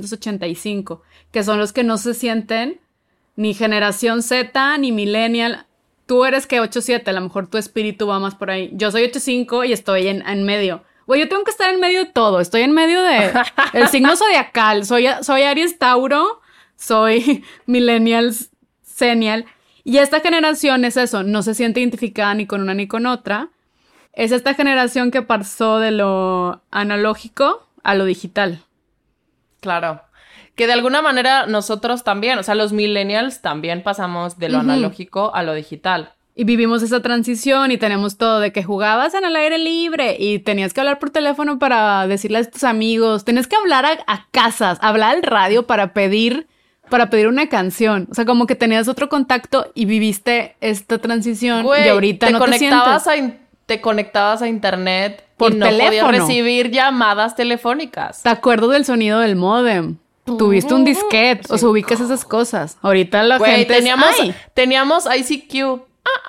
Speaker 1: 1985, que son los que no se sienten ni generación Z ni millennial. Tú eres que 8-7, a lo mejor tu espíritu va más por ahí. Yo soy 8-5 y estoy en medio. Güey, yo tengo que estar en medio de todo. Estoy en medio de el signo zodiacal. Soy Aries Tauro, soy millennial Xennial. Y esta generación es eso, no se siente identificada ni con una ni con otra. Es esta generación que pasó de lo analógico a lo digital.
Speaker 2: Claro. Que de alguna manera nosotros también, o sea, los millennials también pasamos de lo analógico a lo digital.
Speaker 1: Y vivimos esa transición y tenemos todo de que jugabas en el aire libre y tenías que hablar por teléfono para decirle a tus amigos, tenías que hablar a casas, hablar al radio para pedir una canción. O sea, como que tenías otro contacto y viviste esta transición. Güey, y ahorita no te sientes.
Speaker 2: Te conectabas a internet
Speaker 1: por
Speaker 2: y no
Speaker 1: teléfono.
Speaker 2: Podías recibir llamadas telefónicas.
Speaker 1: Te acuerdo del sonido del módem. Tuviste un disquete. Sí. O sea, ubicas esas cosas. Ahorita la gente
Speaker 2: teníamos ICQ.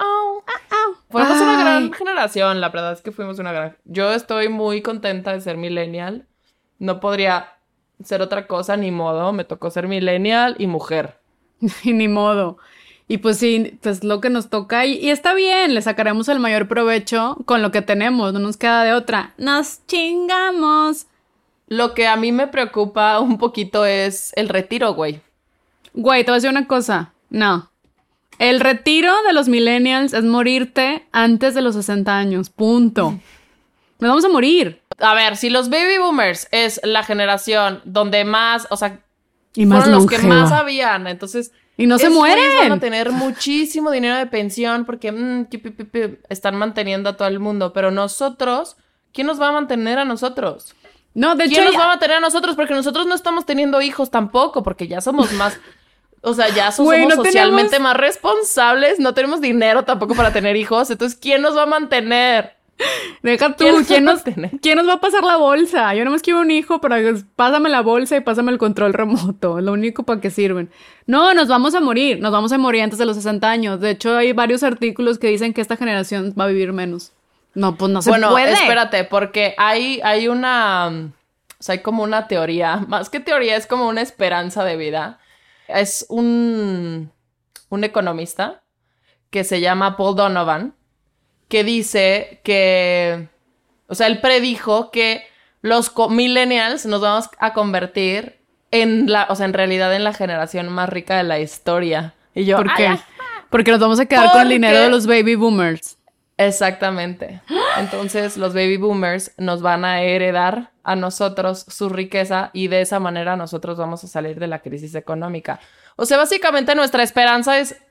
Speaker 2: Fuimos una gran generación. La verdad es que fuimos una gran... Yo estoy muy contenta de ser millennial. No podría ser otra cosa, ni modo. Me tocó ser millennial y mujer.
Speaker 1: Y ni modo. Y pues sí, pues lo que nos toca. Y está bien, le sacaremos el mayor provecho con lo que tenemos. No nos queda de otra. ¡Nos chingamos!
Speaker 2: Lo que a mí me preocupa un poquito es el retiro, güey.
Speaker 1: Güey, te voy a decir una cosa. No. El retiro de los millennials es morirte antes de los 60 años. Punto. Nos vamos a morir.
Speaker 2: A ver, si los baby boomers es la generación donde más, o sea,
Speaker 1: y más
Speaker 2: fueron
Speaker 1: longeva.
Speaker 2: Los que más habían, entonces...
Speaker 1: Y no se mueren.
Speaker 2: Van a tener muchísimo dinero de pensión porque están manteniendo a todo el mundo. Pero nosotros, ¿quién nos va a mantener a nosotros?
Speaker 1: No, de hecho...
Speaker 2: ¿Quién nos va a mantener a nosotros? Porque nosotros no estamos teniendo hijos tampoco, porque ya somos más... O sea, ya somos socialmente más responsables. No tenemos dinero tampoco para tener hijos. Entonces, ¿quién nos va a mantener?
Speaker 1: Deja tú, ¿quién nos va a pasar la bolsa? Yo nomás quiero un hijo, pero pásame la bolsa y pásame el control remoto. Es lo único para que sirven. No, nos vamos a morir. Nos vamos a morir antes de los 60 años. De hecho, hay varios artículos que dicen que esta generación va a vivir menos. No, pues no se puede.
Speaker 2: Bueno, espérate, porque hay una... O sea, hay como una teoría. Más que teoría, es como una esperanza de vida. Es un economista que se llama Paul Donovan, que dice que, o sea, él predijo que los millennials nos vamos a convertir en realidad en la generación más rica de la historia. Y yo,
Speaker 1: ¿por qué? Porque nos vamos a quedar con el dinero de los baby boomers.
Speaker 2: Exactamente. Entonces, los baby boomers nos van a heredar a nosotros su riqueza y de esa manera nosotros vamos a salir de la crisis económica. O sea, básicamente nuestra esperanza es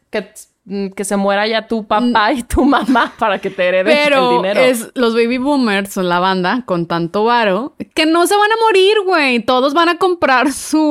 Speaker 2: que se muera ya tu papá y tu mamá para que te hereden el dinero.
Speaker 1: Pero es los baby boomers o la banda con tanto varo que no se van a morir, güey. Todos van a comprar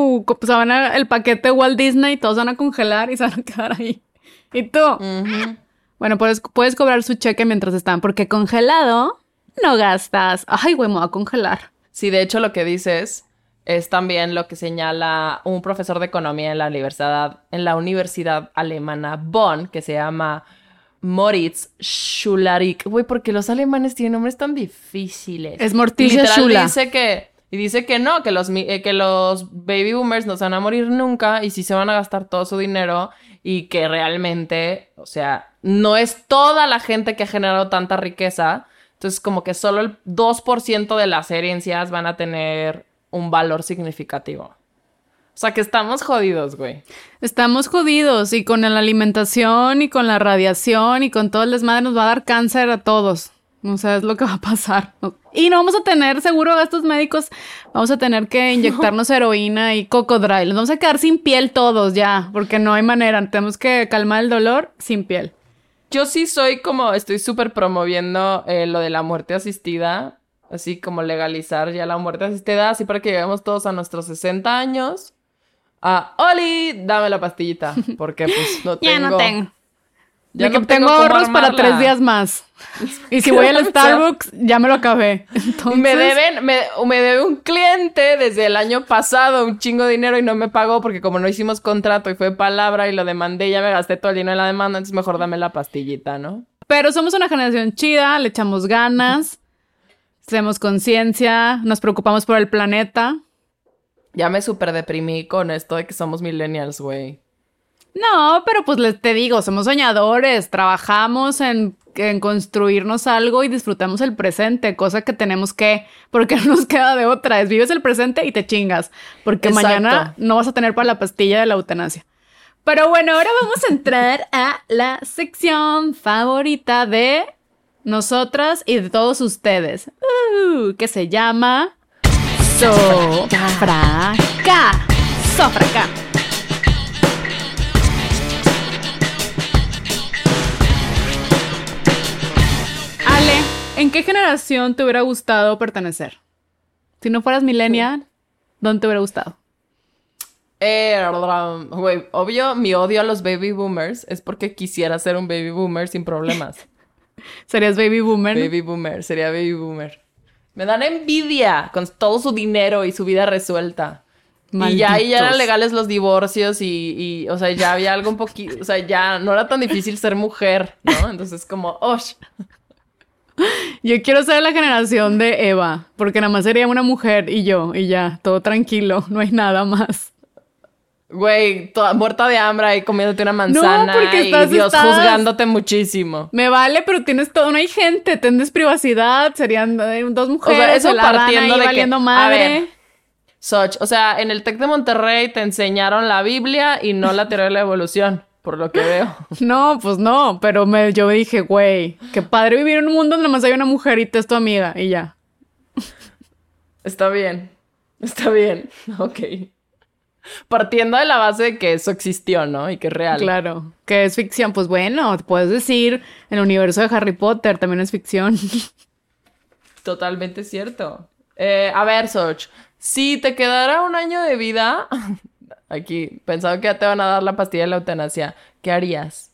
Speaker 1: el paquete de Walt Disney, todos van a congelar y se van a quedar ahí. ¿Y tú? Bueno, puedes cobrar su cheque mientras están, porque congelado no gastas. Ay, güey, me voy a congelar.
Speaker 2: Sí, de hecho lo que dices es también lo que señala un profesor de economía en la universidad alemana Bonn, que se llama Moritz Schularik. Güey, porque los alemanes tienen nombres tan difíciles.
Speaker 1: Es Morticia Schula.
Speaker 2: Dice que no, que los baby boomers no se van a morir nunca y sí se van a gastar todo su dinero y que realmente, o sea, no es toda la gente que ha generado tanta riqueza. Entonces, como que solo el 2% de las herencias van a tener un valor significativo. O sea, que estamos jodidos, güey.
Speaker 1: Estamos jodidos y con la alimentación y con la radiación y con todo el desmadre nos va a dar cáncer a todos. O sea, es lo que va a pasar. Y no vamos a tener seguro gastos médicos. Vamos a tener que inyectarnos heroína y cocodrilo. Nos vamos a quedar sin piel todos ya, porque no hay manera. Tenemos que calmar el dolor sin piel.
Speaker 2: Yo sí estoy súper promoviendo lo de la muerte asistida, así como legalizar ya la muerte asistida, así para que lleguemos todos a nuestros 60 años. Oli, dame la pastillita, porque pues no tengo.
Speaker 1: Ya no tengo.
Speaker 2: Ya
Speaker 1: que
Speaker 2: no
Speaker 1: tengo ahorros para 3 días más. Y si voy al Starbucks, ya me lo acabé. Entonces...
Speaker 2: Me debe un cliente desde el año pasado un chingo de dinero y no me pagó porque como no hicimos contrato y fue palabra y lo demandé, ya me gasté todo el dinero en la demanda, entonces mejor dame la pastillita, ¿no?
Speaker 1: Pero somos una generación chida, le echamos ganas, tenemos conciencia, nos preocupamos por el planeta.
Speaker 2: Ya me súper deprimí con esto de que somos millennials, güey.
Speaker 1: No, pero pues te digo, somos soñadores, trabajamos en construirnos algo y disfrutamos el presente, cosa que tenemos que, porque no nos queda de otra, vives el presente y te chingas, porque
Speaker 2: Exacto.
Speaker 1: Mañana no vas a tener para la pastilla de la eutanasia. Pero bueno, ahora vamos a entrar a la sección favorita de nosotras y de todos ustedes, que se llama Sofraca. Sofraca. ¿En qué generación te hubiera gustado pertenecer? Si no fueras millennial, ¿dónde te hubiera gustado?
Speaker 2: Güey, obvio, mi odio a los baby boomers es porque quisiera ser un baby boomer sin problemas.
Speaker 1: ¿Serías baby boomer?
Speaker 2: Baby boomer, sería baby boomer. Me dan envidia con todo su dinero y su vida resuelta.
Speaker 1: Malditos.
Speaker 2: Y ya eran legales los divorcios y o sea, ya había algo un poquito, o sea, ya no era tan difícil ser mujer, ¿no? Entonces como,
Speaker 1: Yo quiero ser la generación de Eva, porque nada más sería una mujer y yo, y ya, todo tranquilo, no hay nada más.
Speaker 2: Güey, toda muerta de hambre y comiéndote una manzana.
Speaker 1: No, porque
Speaker 2: y Dios juzgándote muchísimo.
Speaker 1: Me vale, pero tienes todo, no hay gente, tienes privacidad, serían 2 mujeres,
Speaker 2: o sea, eso partiendo de
Speaker 1: valiendo
Speaker 2: que,
Speaker 1: madre.
Speaker 2: A ver, Soch, o sea, en el TEC de Monterrey te enseñaron la Biblia y no la teoría de la evolución, por lo que veo.
Speaker 1: No, pues no, pero yo dije, güey, qué padre vivir en un mundo donde más hay una mujer y te es tu amiga, y ya.
Speaker 2: Está bien, ok. Partiendo de la base de que eso existió, ¿no? Y que es real.
Speaker 1: Claro, que es ficción. Pues bueno, puedes decir, el universo de Harry Potter también es ficción.
Speaker 2: Totalmente cierto. A ver, Soch, si te quedara un año de vida, aquí, pensando que ya te van a dar la pastilla de la eutanasia, ¿qué harías?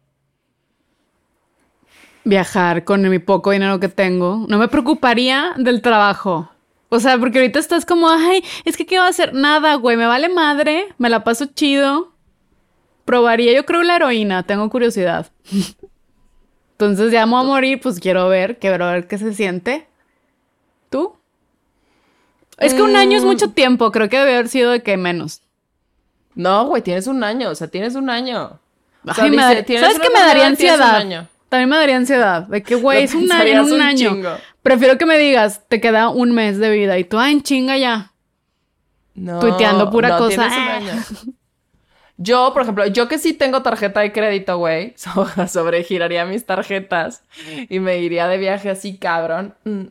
Speaker 1: Viajar con mi poco dinero que tengo. No me preocuparía del trabajo. O sea, porque ahorita estás como, ay, es que ¿qué va a hacer? Nada, güey, me vale madre, me la paso chido. Probaría, yo creo, la heroína, tengo curiosidad. Entonces ya me voy a morir, pues quiero ver qué se siente. ¿Tú? Es que un año es mucho tiempo, creo que debe haber sido de que menos.
Speaker 2: No, güey, tienes un año, o sea, tienes un año. O sea,
Speaker 1: Ay, ¿sabes qué me daría ansiedad? También me daría ansiedad, de que, güey, es un año, en un año.
Speaker 2: Chingo.
Speaker 1: Prefiero que me digas, te queda un mes de vida y tú, en chinga ya.
Speaker 2: No,
Speaker 1: tuiteando pura cosa.
Speaker 2: Tienes un año. Yo, por ejemplo, yo que sí tengo tarjeta de crédito, güey, sobregiraría mis tarjetas y me iría de viaje así, cabrón.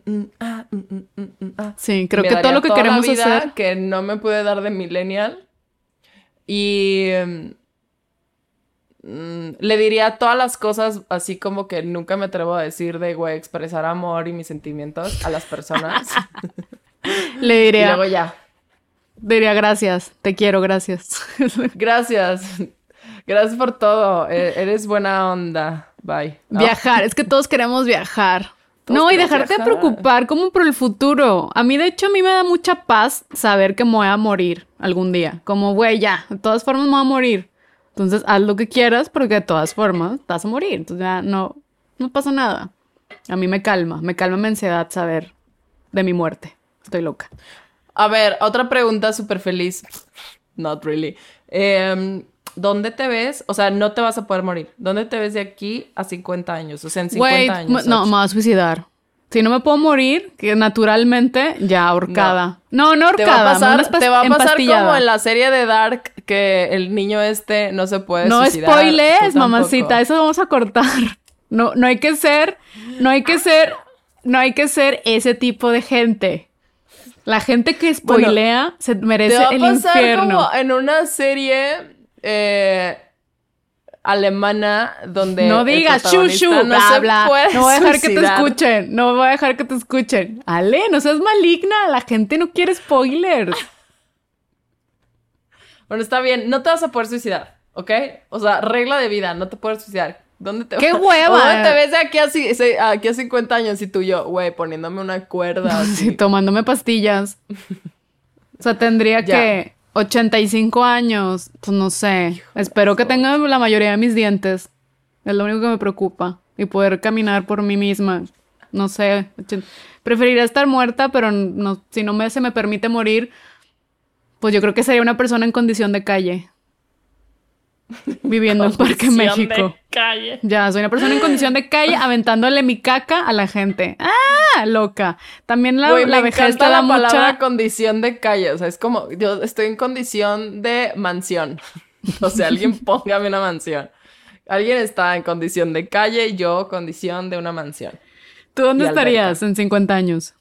Speaker 1: Sí, creo que todo lo que queremos hacer.
Speaker 2: Que no me pude dar de millennial. Y le diría todas las cosas así como que nunca me atrevo a decir de, güey, expresar amor y mis sentimientos a las personas.
Speaker 1: Le diría...
Speaker 2: Y luego ya.
Speaker 1: Diría gracias, te quiero, gracias.
Speaker 2: Gracias. Gracias por todo. Eres buena onda. Bye. ¿No?
Speaker 1: Viajar, es que todos queremos viajar.
Speaker 2: Todos
Speaker 1: No, y
Speaker 2: queremos
Speaker 1: dejarte de
Speaker 2: viajar.
Speaker 1: preocupar como por el futuro. A mí, de hecho, a mí me da mucha paz saber que me voy a morir algún día. Como, güey, ya, de todas formas me voy a morir. Entonces, haz lo que quieras porque de todas formas te vas a morir. Entonces, ya no pasa nada. A mí me calma mi ansiedad saber de mi muerte. Estoy loca.
Speaker 2: A ver, otra pregunta súper feliz. Not really. ¿Dónde te ves? O sea, no te vas a poder morir. ¿Dónde te ves de aquí a 50 años? O sea, en 50 años.
Speaker 1: No, me voy a suicidar. Si no me puedo morir, que naturalmente ya ahorcada. No ahorcada.
Speaker 2: Te va a pasar
Speaker 1: empastillada.
Speaker 2: como en la serie de Dark que el niño no se puede
Speaker 1: no
Speaker 2: suicidar.
Speaker 1: No spoiles,
Speaker 2: Tú
Speaker 1: mamacita.
Speaker 2: tampoco.
Speaker 1: Eso vamos a cortar. No hay que ser ese tipo de gente. La gente que spoilea se merece el infierno.
Speaker 2: Te va a pasar como en una serie alemana donde
Speaker 1: no digas shushu, bla, bla. No voy a dejar que te escuchen. No voy a dejar que te escuchen. Ale, no seas maligna. La gente no quiere spoilers.
Speaker 2: Bueno, está bien. No te vas a poder suicidar, ¿ok? O sea, regla de vida. No te puedes suicidar. ¿Dónde te
Speaker 1: ¡Qué
Speaker 2: vas?
Speaker 1: hueva!
Speaker 2: ¿Dónde te ves de aquí a 50 años y tú y yo, güey, poniéndome una cuerda así?
Speaker 1: Sí, tomándome pastillas. O sea, tendría
Speaker 2: Ya.
Speaker 1: que 85 años. Pues no sé. Espero que tenga la mayoría de mis dientes. Es lo único que me preocupa. Y poder caminar por mí misma. No sé. Preferiría estar muerta, pero no, si se me permite morir, pues yo creo que sería una persona en condición de calle. Viviendo en Parque México.
Speaker 2: De calle.
Speaker 1: Ya, soy una persona en condición de calle aventándole mi caca a la gente. ¡Ah! Loca. También la
Speaker 2: Güey, me
Speaker 1: vejez te
Speaker 2: encanta
Speaker 1: da
Speaker 2: la palabra
Speaker 1: mucha...
Speaker 2: condición de calle. O sea, es como, yo estoy en condición de mansión. O sea, alguien póngame una mansión. Alguien está en condición de calle, yo condición de una mansión.
Speaker 1: ¿Tú dónde
Speaker 2: Y
Speaker 1: estarías en 50 años?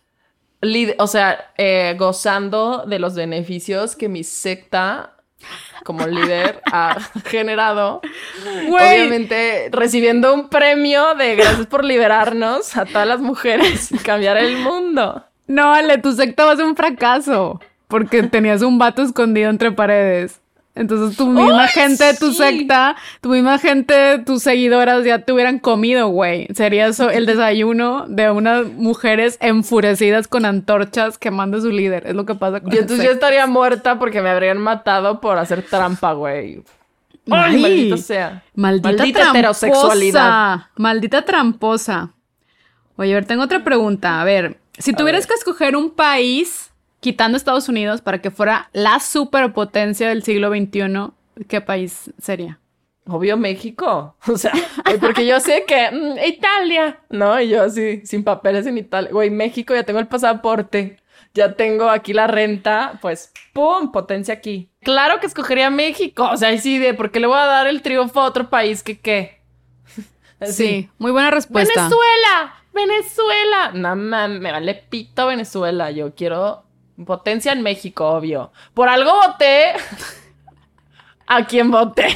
Speaker 2: O sea, gozando de los beneficios que mi secta como líder ha generado.
Speaker 1: Güey.
Speaker 2: Obviamente recibiendo un premio de gracias por liberarnos a todas las mujeres y cambiar el mundo.
Speaker 1: No, Ale, tu secta va a ser un fracaso. Porque tenías un vato escondido entre paredes. Entonces tu misma gente de tu secta, tus seguidoras ya te hubieran comido, güey. Sería eso el desayuno de unas mujeres enfurecidas con antorchas quemando a su líder. Es lo que pasa con
Speaker 2: Y entonces yo estaría muerta porque me habrían matado por hacer trampa, güey. ¡Ay, maldito sea!
Speaker 1: Maldita
Speaker 2: heterosexualidad.
Speaker 1: Maldita tramposa. Oye, a ver, tengo otra pregunta. A ver, si tuvieras que escoger un país, quitando Estados Unidos, para que fuera la superpotencia del siglo XXI, ¿qué país sería?
Speaker 2: Obvio México. O sea, porque yo sé que Italia, ¿no? Y yo así, sin papeles en Italia. Güey, México, ya tengo el pasaporte. Ya tengo aquí la renta. Pues, ¡pum! Potencia aquí. Claro que escogería México. O sea, sí, de ¿por qué le voy a dar el triunfo a otro país que qué? Así.
Speaker 1: Sí, muy buena respuesta.
Speaker 2: ¡Venezuela! No mames, me vale pito Venezuela. Yo quiero potencia en México, obvio. Por algo voté a quien voté.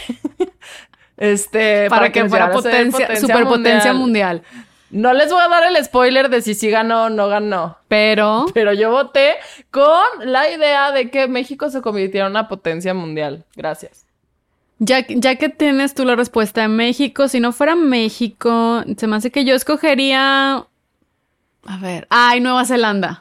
Speaker 1: Para que fuera superpotencia mundial.
Speaker 2: No les voy a dar el spoiler de si sí ganó o no ganó.
Speaker 1: Pero
Speaker 2: yo voté con la idea de que México se convirtiera en una potencia mundial. Gracias.
Speaker 1: ya que tienes tú la respuesta de México, si no fuera México, se me hace que yo escogería... A ver... ¡Ay, Nueva Zelanda!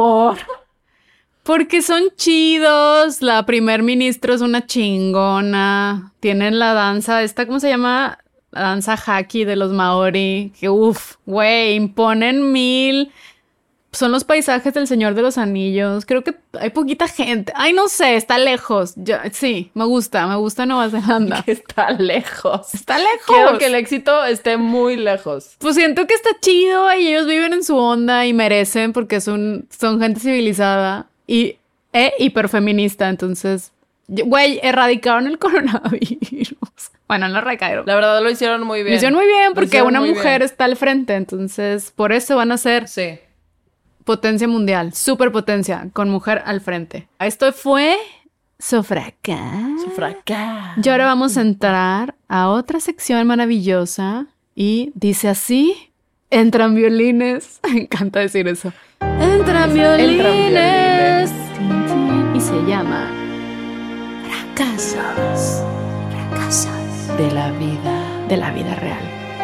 Speaker 1: Porque son chidos, la primer ministro es una chingona, tienen la danza, ¿cómo se llama? La danza haki de los maori, que güey, imponen 1000. Son los paisajes del Señor de los Anillos, creo que hay poquita gente. Ay, no sé, está lejos. Sí, me gusta Nueva Zelanda.
Speaker 2: Está lejos.
Speaker 1: Está lejos.
Speaker 2: Quiero que el éxito esté muy lejos.
Speaker 1: Pues siento que está chido y ellos viven en su onda y merecen porque son gente civilizada y hiperfeminista. Entonces, güey, erradicaron el coronavirus. Bueno, no erradicaron.
Speaker 2: La verdad lo hicieron muy bien.
Speaker 1: Lo hicieron muy bien porque una mujer está al frente. Entonces, por eso van a ser potencia mundial, superpotencia, con mujer al frente. Esto fue su fracaso.
Speaker 2: Su fracaso.
Speaker 1: Y ahora vamos a entrar a otra sección maravillosa y dice así, entran violines. Me encanta decir eso. Entran violines. Tin, tin. Y se llama Fracasos. Fracasos
Speaker 2: De la vida.
Speaker 1: de la vida real.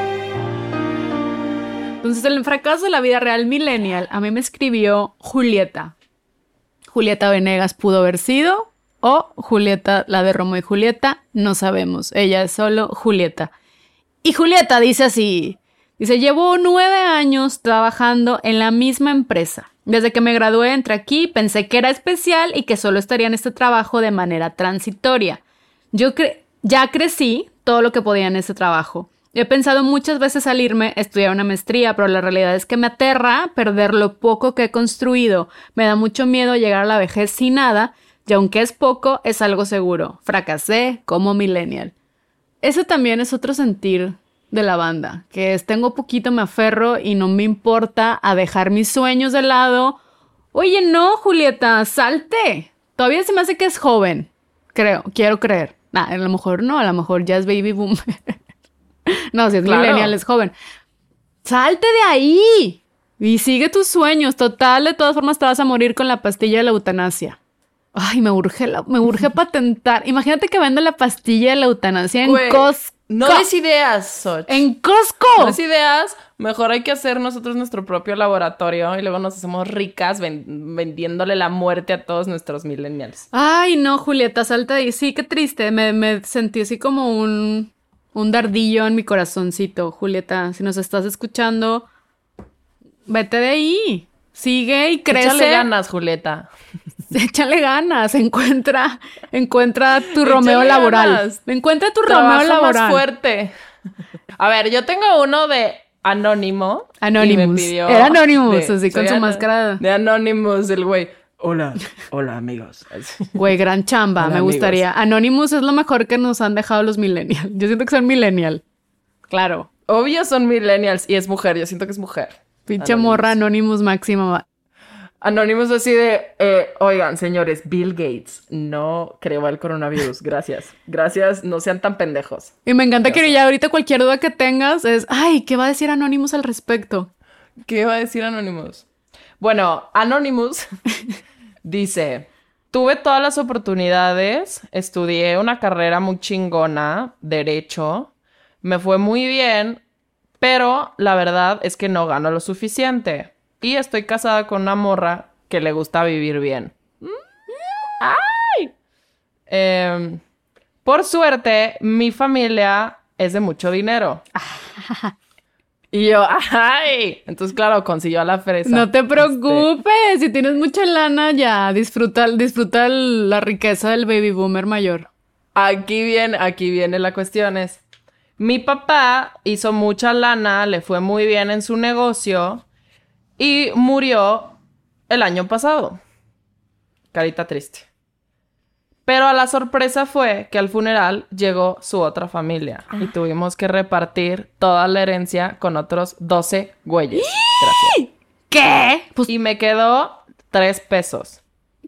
Speaker 1: Entonces, el fracaso de la vida real millennial, a mí me escribió Julieta. Julieta Venegas pudo haber sido, o Julieta, la de Romeo y Julieta, no sabemos. Ella es solo Julieta. Y Julieta dice así, dice, llevo 9 años trabajando en la misma empresa. Desde que me gradué entré aquí, pensé que era especial y que solo estaría en este trabajo de manera transitoria. Ya crecí todo lo que podía en este trabajo. He pensado muchas veces salirme, estudiar una maestría, pero la realidad es que me aterra perder lo poco que he construido. Me da mucho miedo llegar a la vejez sin nada, y aunque es poco, es algo seguro. Fracasé como millennial. Ese también es otro sentir de la banda, que es tengo poquito, me aferro y no me importa a dejar mis sueños de lado. Oye, no, Julieta, salte. Todavía se me hace que es joven, quiero creer. A lo mejor no, a lo mejor ya es baby boomer. No, si es millennial, es joven. ¡Salte de ahí! Y sigue tus sueños. Total, de todas formas te vas a morir con la pastilla de la eutanasia. Ay, me urge patentar. Imagínate que vendo la pastilla de la eutanasia en Costco.
Speaker 2: No des ideas, Soch.
Speaker 1: ¡En Costco!
Speaker 2: No des ideas. Mejor hay que hacer nosotros nuestro propio laboratorio y luego nos hacemos ricas vendiéndole la muerte a todos nuestros millennials.
Speaker 1: Ay, no, Julieta, salte de ahí. Sí, qué triste. Me sentí así como un dardillo en mi corazoncito. Julieta, si nos estás escuchando, vete de ahí. Sigue y crece.
Speaker 2: Échale ganas, Julieta.
Speaker 1: Échale ganas. Encuentra tu Romeo laboral.
Speaker 2: Ganas.
Speaker 1: Encuentra tu
Speaker 2: Trabaja
Speaker 1: Romeo laboral.
Speaker 2: más fuerte. A ver, yo tengo uno de Anónimo.
Speaker 1: Anonymous.
Speaker 2: Y me pidió
Speaker 1: Era Anonymous, así con su máscara.
Speaker 2: De Anonymous, el güey. Hola amigos.
Speaker 1: Güey, gran chamba,
Speaker 2: Hola,
Speaker 1: me
Speaker 2: amigos.
Speaker 1: gustaría. Anonymous es lo mejor que nos han dejado los millennials. Yo siento que son millennial. Claro.
Speaker 2: Obvio son millennials y es mujer. Yo siento que es mujer.
Speaker 1: Pinche
Speaker 2: Anonymous.
Speaker 1: morra Anonymous máxima.
Speaker 2: Anonymous así de, oigan, señores, Bill Gates no creó el coronavirus. Gracias, no sean tan pendejos.
Speaker 1: Y me encanta que ya ahorita cualquier duda que tengas es, ay, ¿qué va a decir Anonymous al respecto?
Speaker 2: ¿Qué va a decir Anonymous? Bueno, Anonymous dice, tuve todas las oportunidades, estudié una carrera muy chingona, derecho, me fue muy bien, pero la verdad es que no gano lo suficiente. Y estoy casada con una morra que le gusta vivir bien. ¡Ay! Por suerte, mi familia es de mucho dinero. Y yo, ¡ay! Entonces, claro, consiguió a la fresa.
Speaker 1: No te preocupes, si tienes mucha lana ya, disfruta la riqueza del baby boomer mayor.
Speaker 2: Aquí viene la cuestión es, mi papá hizo mucha lana, le fue muy bien en su negocio y murió el año pasado. Carita triste. Pero la sorpresa fue que al funeral llegó su otra familia y tuvimos que repartir toda la herencia con otros 12 güeyes. Gracias.
Speaker 1: ¿Qué? Pues,
Speaker 2: Y me quedó 3 pesos.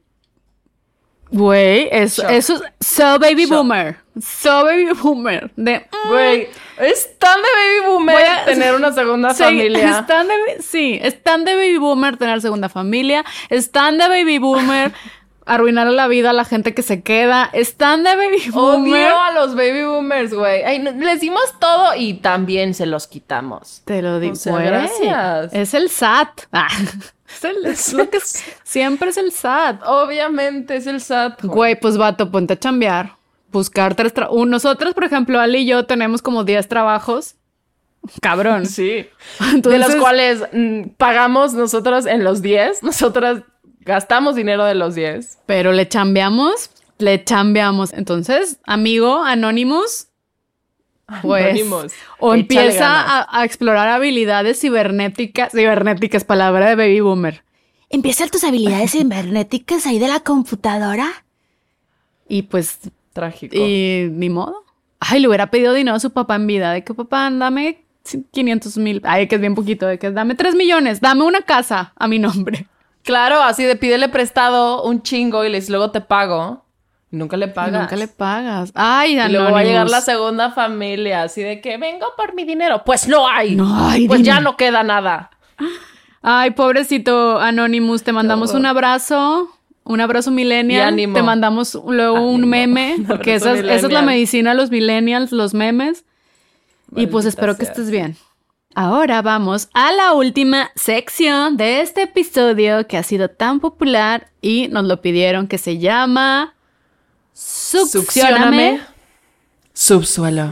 Speaker 1: güey, eso es so baby boomer. So baby boomer.
Speaker 2: Güey, es tan de baby boomer tener una segunda familia.
Speaker 1: Están de baby boomer tener segunda familia. Están de baby boomer arruinarle la vida a la gente que se queda. Están de baby boomer.
Speaker 2: Odio a los baby boomers, güey. Ay, les dimos todo y también se los quitamos.
Speaker 1: Te lo digo,
Speaker 2: O sea,
Speaker 1: güey.
Speaker 2: gracias.
Speaker 1: Es el SAT. Es lo que siempre es el SAT.
Speaker 2: Obviamente es el SAT.
Speaker 1: Güey, pues vato, ponte a chambear. Buscar 3 trabajos. Nosotros, por ejemplo, Ali y yo tenemos como 10 trabajos. Cabrón.
Speaker 2: Sí.
Speaker 1: Entonces,
Speaker 2: de los cuales pagamos nosotros en los 10. Nosotras gastamos dinero de los 10.
Speaker 1: pero le chambeamos. Entonces, amigo Anonymous, pues,
Speaker 2: Anonymous,
Speaker 1: o
Speaker 2: échale
Speaker 1: empieza
Speaker 2: ganas.
Speaker 1: a explorar habilidades cibernéticas, palabra de baby boomer.
Speaker 5: Empieza tus habilidades cibernéticas ahí de la computadora.
Speaker 1: Y pues,
Speaker 2: Trágico.
Speaker 1: y ni modo. Ay, le hubiera pedido dinero a su papá en vida, de que papá, dame 500,000. Ay, que es bien poquito, de que dame 3 millones, dame una casa a mi nombre.
Speaker 2: Claro, así de pídele prestado un chingo y luego te pago. Nunca le pagas.
Speaker 1: Nunca le pagas. Ay,
Speaker 2: Y
Speaker 1: Anonymous.
Speaker 2: luego va a llegar la segunda familia, así de que vengo por mi dinero. Pues no hay.
Speaker 1: No hay
Speaker 2: Pues ya
Speaker 1: dinero.
Speaker 2: no queda nada.
Speaker 1: Ay, pobrecito Anonymous, te mandamos un abrazo millennial.
Speaker 2: Y ánimo.
Speaker 1: Te mandamos luego un meme, porque
Speaker 2: abrazo
Speaker 1: esa es la
Speaker 2: millennial.
Speaker 1: medicina de los millennials, los memes. Y pues
Speaker 2: Maldita
Speaker 1: espero que
Speaker 2: sea.
Speaker 1: estés bien. Ahora vamos a la última sección de este episodio que ha sido tan popular y nos lo pidieron, que se llama Succióname.
Speaker 2: Subsuelo.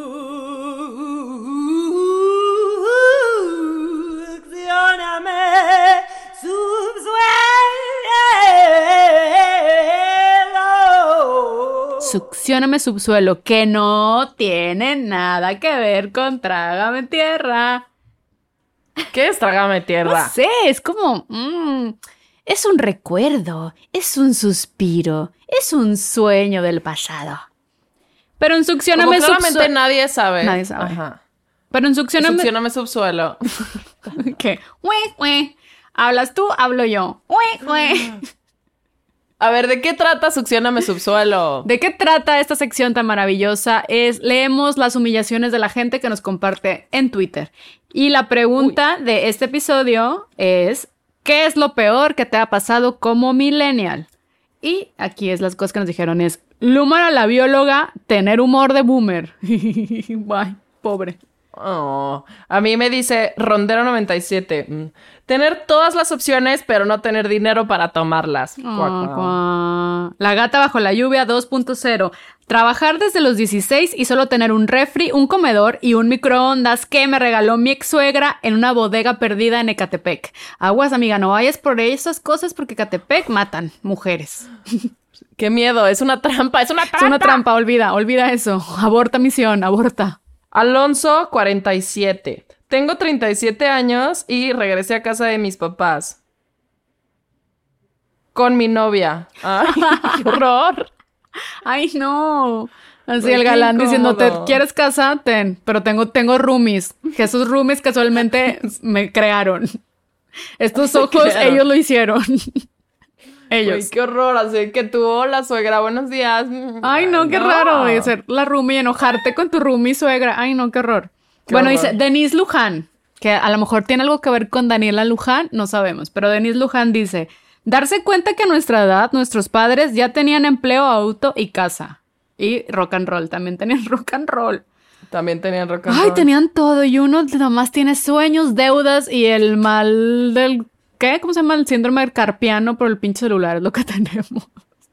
Speaker 1: Succióname subsuelo, que no tiene nada que ver con Trágame Tierra.
Speaker 2: ¿Qué es Trágame Tierra?
Speaker 1: No sé, es como... es un recuerdo, es un suspiro, es un sueño del pasado. Pero en Succióname
Speaker 2: Como claramente
Speaker 1: subsuelo...
Speaker 2: nadie sabe.
Speaker 1: Nadie sabe.
Speaker 2: Ajá.
Speaker 1: Pero en Succióname...
Speaker 2: Succióname subsuelo.
Speaker 1: ¿Qué? ¡Ue! Hablas tú, hablo yo. ¡Ue!
Speaker 2: A ver, ¿de qué trata Succióname subsuelo?
Speaker 1: ¿De qué trata esta sección tan maravillosa? Leemos las humillaciones de la gente que nos comparte en Twitter. Y la pregunta de este episodio es, ¿qué es lo peor que te ha pasado como millennial? Y aquí es las cosas que nos dijeron es, Lumara la bióloga, tener humor de boomer. Bye, pobre.
Speaker 2: Oh, a mí me dice Rondero97. Tener todas las opciones, pero no tener dinero para tomarlas. Cuac, cuac.
Speaker 1: La gata bajo la lluvia 2.0. Trabajar desde los 16 y solo tener un refri, un comedor y un microondas que me regaló mi ex suegra en una bodega perdida en Ecatepec. Aguas, amiga, no vayas por esas cosas porque Ecatepec matan mujeres.
Speaker 2: Qué miedo, es una trampa, es una trampa.
Speaker 1: Es una trampa, olvida eso. Aborta misión, aborta.
Speaker 2: Alonso47. Tengo 37 años y regresé a casa de mis papás. Con mi novia. Ay, qué horror.
Speaker 1: Ay, no. Así
Speaker 2: Ay,
Speaker 1: el
Speaker 2: qué
Speaker 1: galán diciéndote,
Speaker 2: incómodo.
Speaker 1: ¿quieres casa? Ten. Pero tengo roomies. Que esos roomies casualmente me crearon. Estos ojos,
Speaker 2: crearon.
Speaker 1: ellos lo hicieron. Ellos.
Speaker 2: Ay, qué horror. Así que tú, hola suegra, buenos días.
Speaker 1: Ay, no, qué raro. Y ser la roomie y enojarte con tu roomie suegra. Ay, no, qué horror. Bueno,
Speaker 2: horror.
Speaker 1: dice Denise Luján, que a lo mejor tiene algo que ver con Daniela Luján, no sabemos. Pero Denise Luján dice, darse cuenta que a nuestra edad nuestros padres ya tenían empleo, auto y casa. Y rock and roll, también tenían rock and roll.
Speaker 2: También tenían rock and
Speaker 1: Ay,
Speaker 2: roll.
Speaker 1: tenían todo y uno nomás tiene sueños, deudas y el mal del... ¿Qué? ¿Cómo se llama? El síndrome del carpiano por el pinche celular, es lo que tenemos.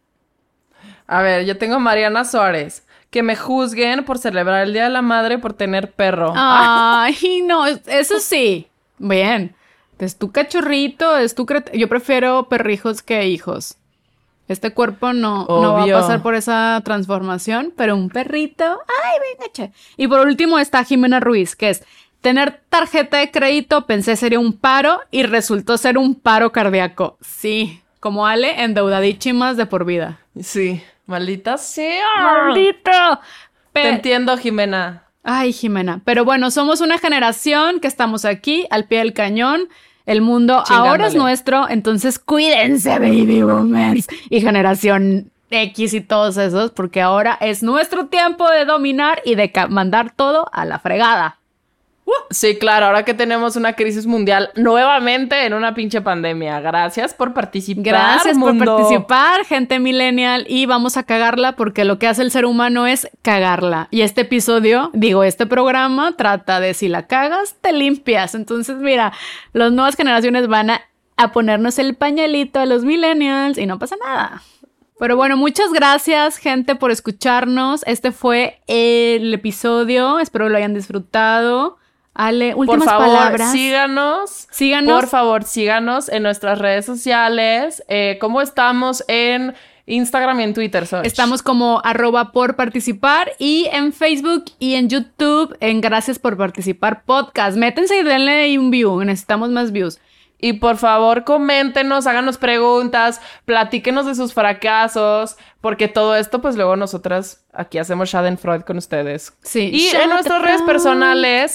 Speaker 2: A ver, yo tengo a Mariana Suárez. Que me juzguen por celebrar el Día de la Madre por tener perro.
Speaker 1: Ay, no, eso sí. Bien. Es tu cachorrito, es tu... Yo prefiero perrijos que hijos. Este cuerpo no va a
Speaker 2: Obvio.
Speaker 1: pasar por esa transformación, pero un perrito... Ay, venga, che. Y por último está Jimena Ruiz, que es... Tener tarjeta de crédito pensé sería un paro y resultó ser un paro cardíaco. Sí, como Ale, endeudadísimas de por vida.
Speaker 2: Sí, maldita sea.
Speaker 1: ¡Maldito!
Speaker 2: Te entiendo, Jimena.
Speaker 1: Ay, Jimena. Pero bueno, somos una generación que estamos aquí, al pie del cañón. El mundo ahora es
Speaker 2: Chingándole.
Speaker 1: nuestro, entonces cuídense, baby boomers. Y generación X y todos esos, porque ahora es nuestro tiempo de dominar y de mandar todo a la fregada.
Speaker 2: Sí, claro, ahora que tenemos una crisis mundial nuevamente en una pinche pandemia. Gracias por participar,
Speaker 1: Gracias
Speaker 2: mundo.
Speaker 1: por participar, gente millennial, y vamos a cagarla porque lo que hace el ser humano es cagarla. Y este este programa trata de si la cagas, te limpias. Entonces, mira, las nuevas generaciones van a ponernos el pañalito a los millennials y no pasa nada. Pero bueno, muchas gracias, gente, por escucharnos. Este fue el episodio. Espero que lo hayan disfrutado. Ale, últimas
Speaker 2: Por favor,
Speaker 1: palabras.
Speaker 2: síganos. Por favor, síganos en nuestras redes sociales. ¿Cómo estamos en Instagram y en Twitter, Soch?
Speaker 1: Estamos como @porparticipar y en Facebook y en YouTube en Gracias por Participar Podcast. Métense y denle ahí un view. Necesitamos más views.
Speaker 2: Y por favor, coméntenos, háganos preguntas, platíquenos de sus fracasos, porque todo esto, pues luego nosotras aquí hacemos Schadenfreude con ustedes.
Speaker 1: Sí.
Speaker 2: Y en nuestras redes personales,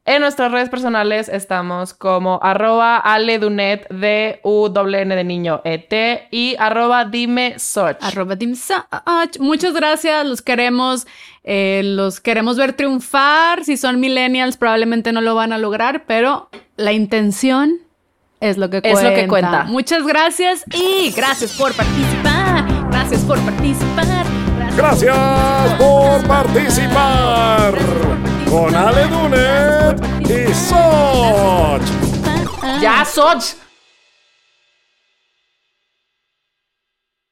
Speaker 2: En nuestras redes personales estamos como @aledunet, DUNN de niño, ET, y @dimesoch.
Speaker 1: @dimesoch. Muchas gracias, los queremos ver triunfar. Si son millennials, probablemente no lo van a lograr, pero la intención es lo que cuenta.
Speaker 2: Es lo que cuenta.
Speaker 1: Muchas gracias y gracias por participar. Gracias por participar.
Speaker 4: Gracias por participar. Con Ale Dunet y Soch.
Speaker 2: ¡Ya, Soch!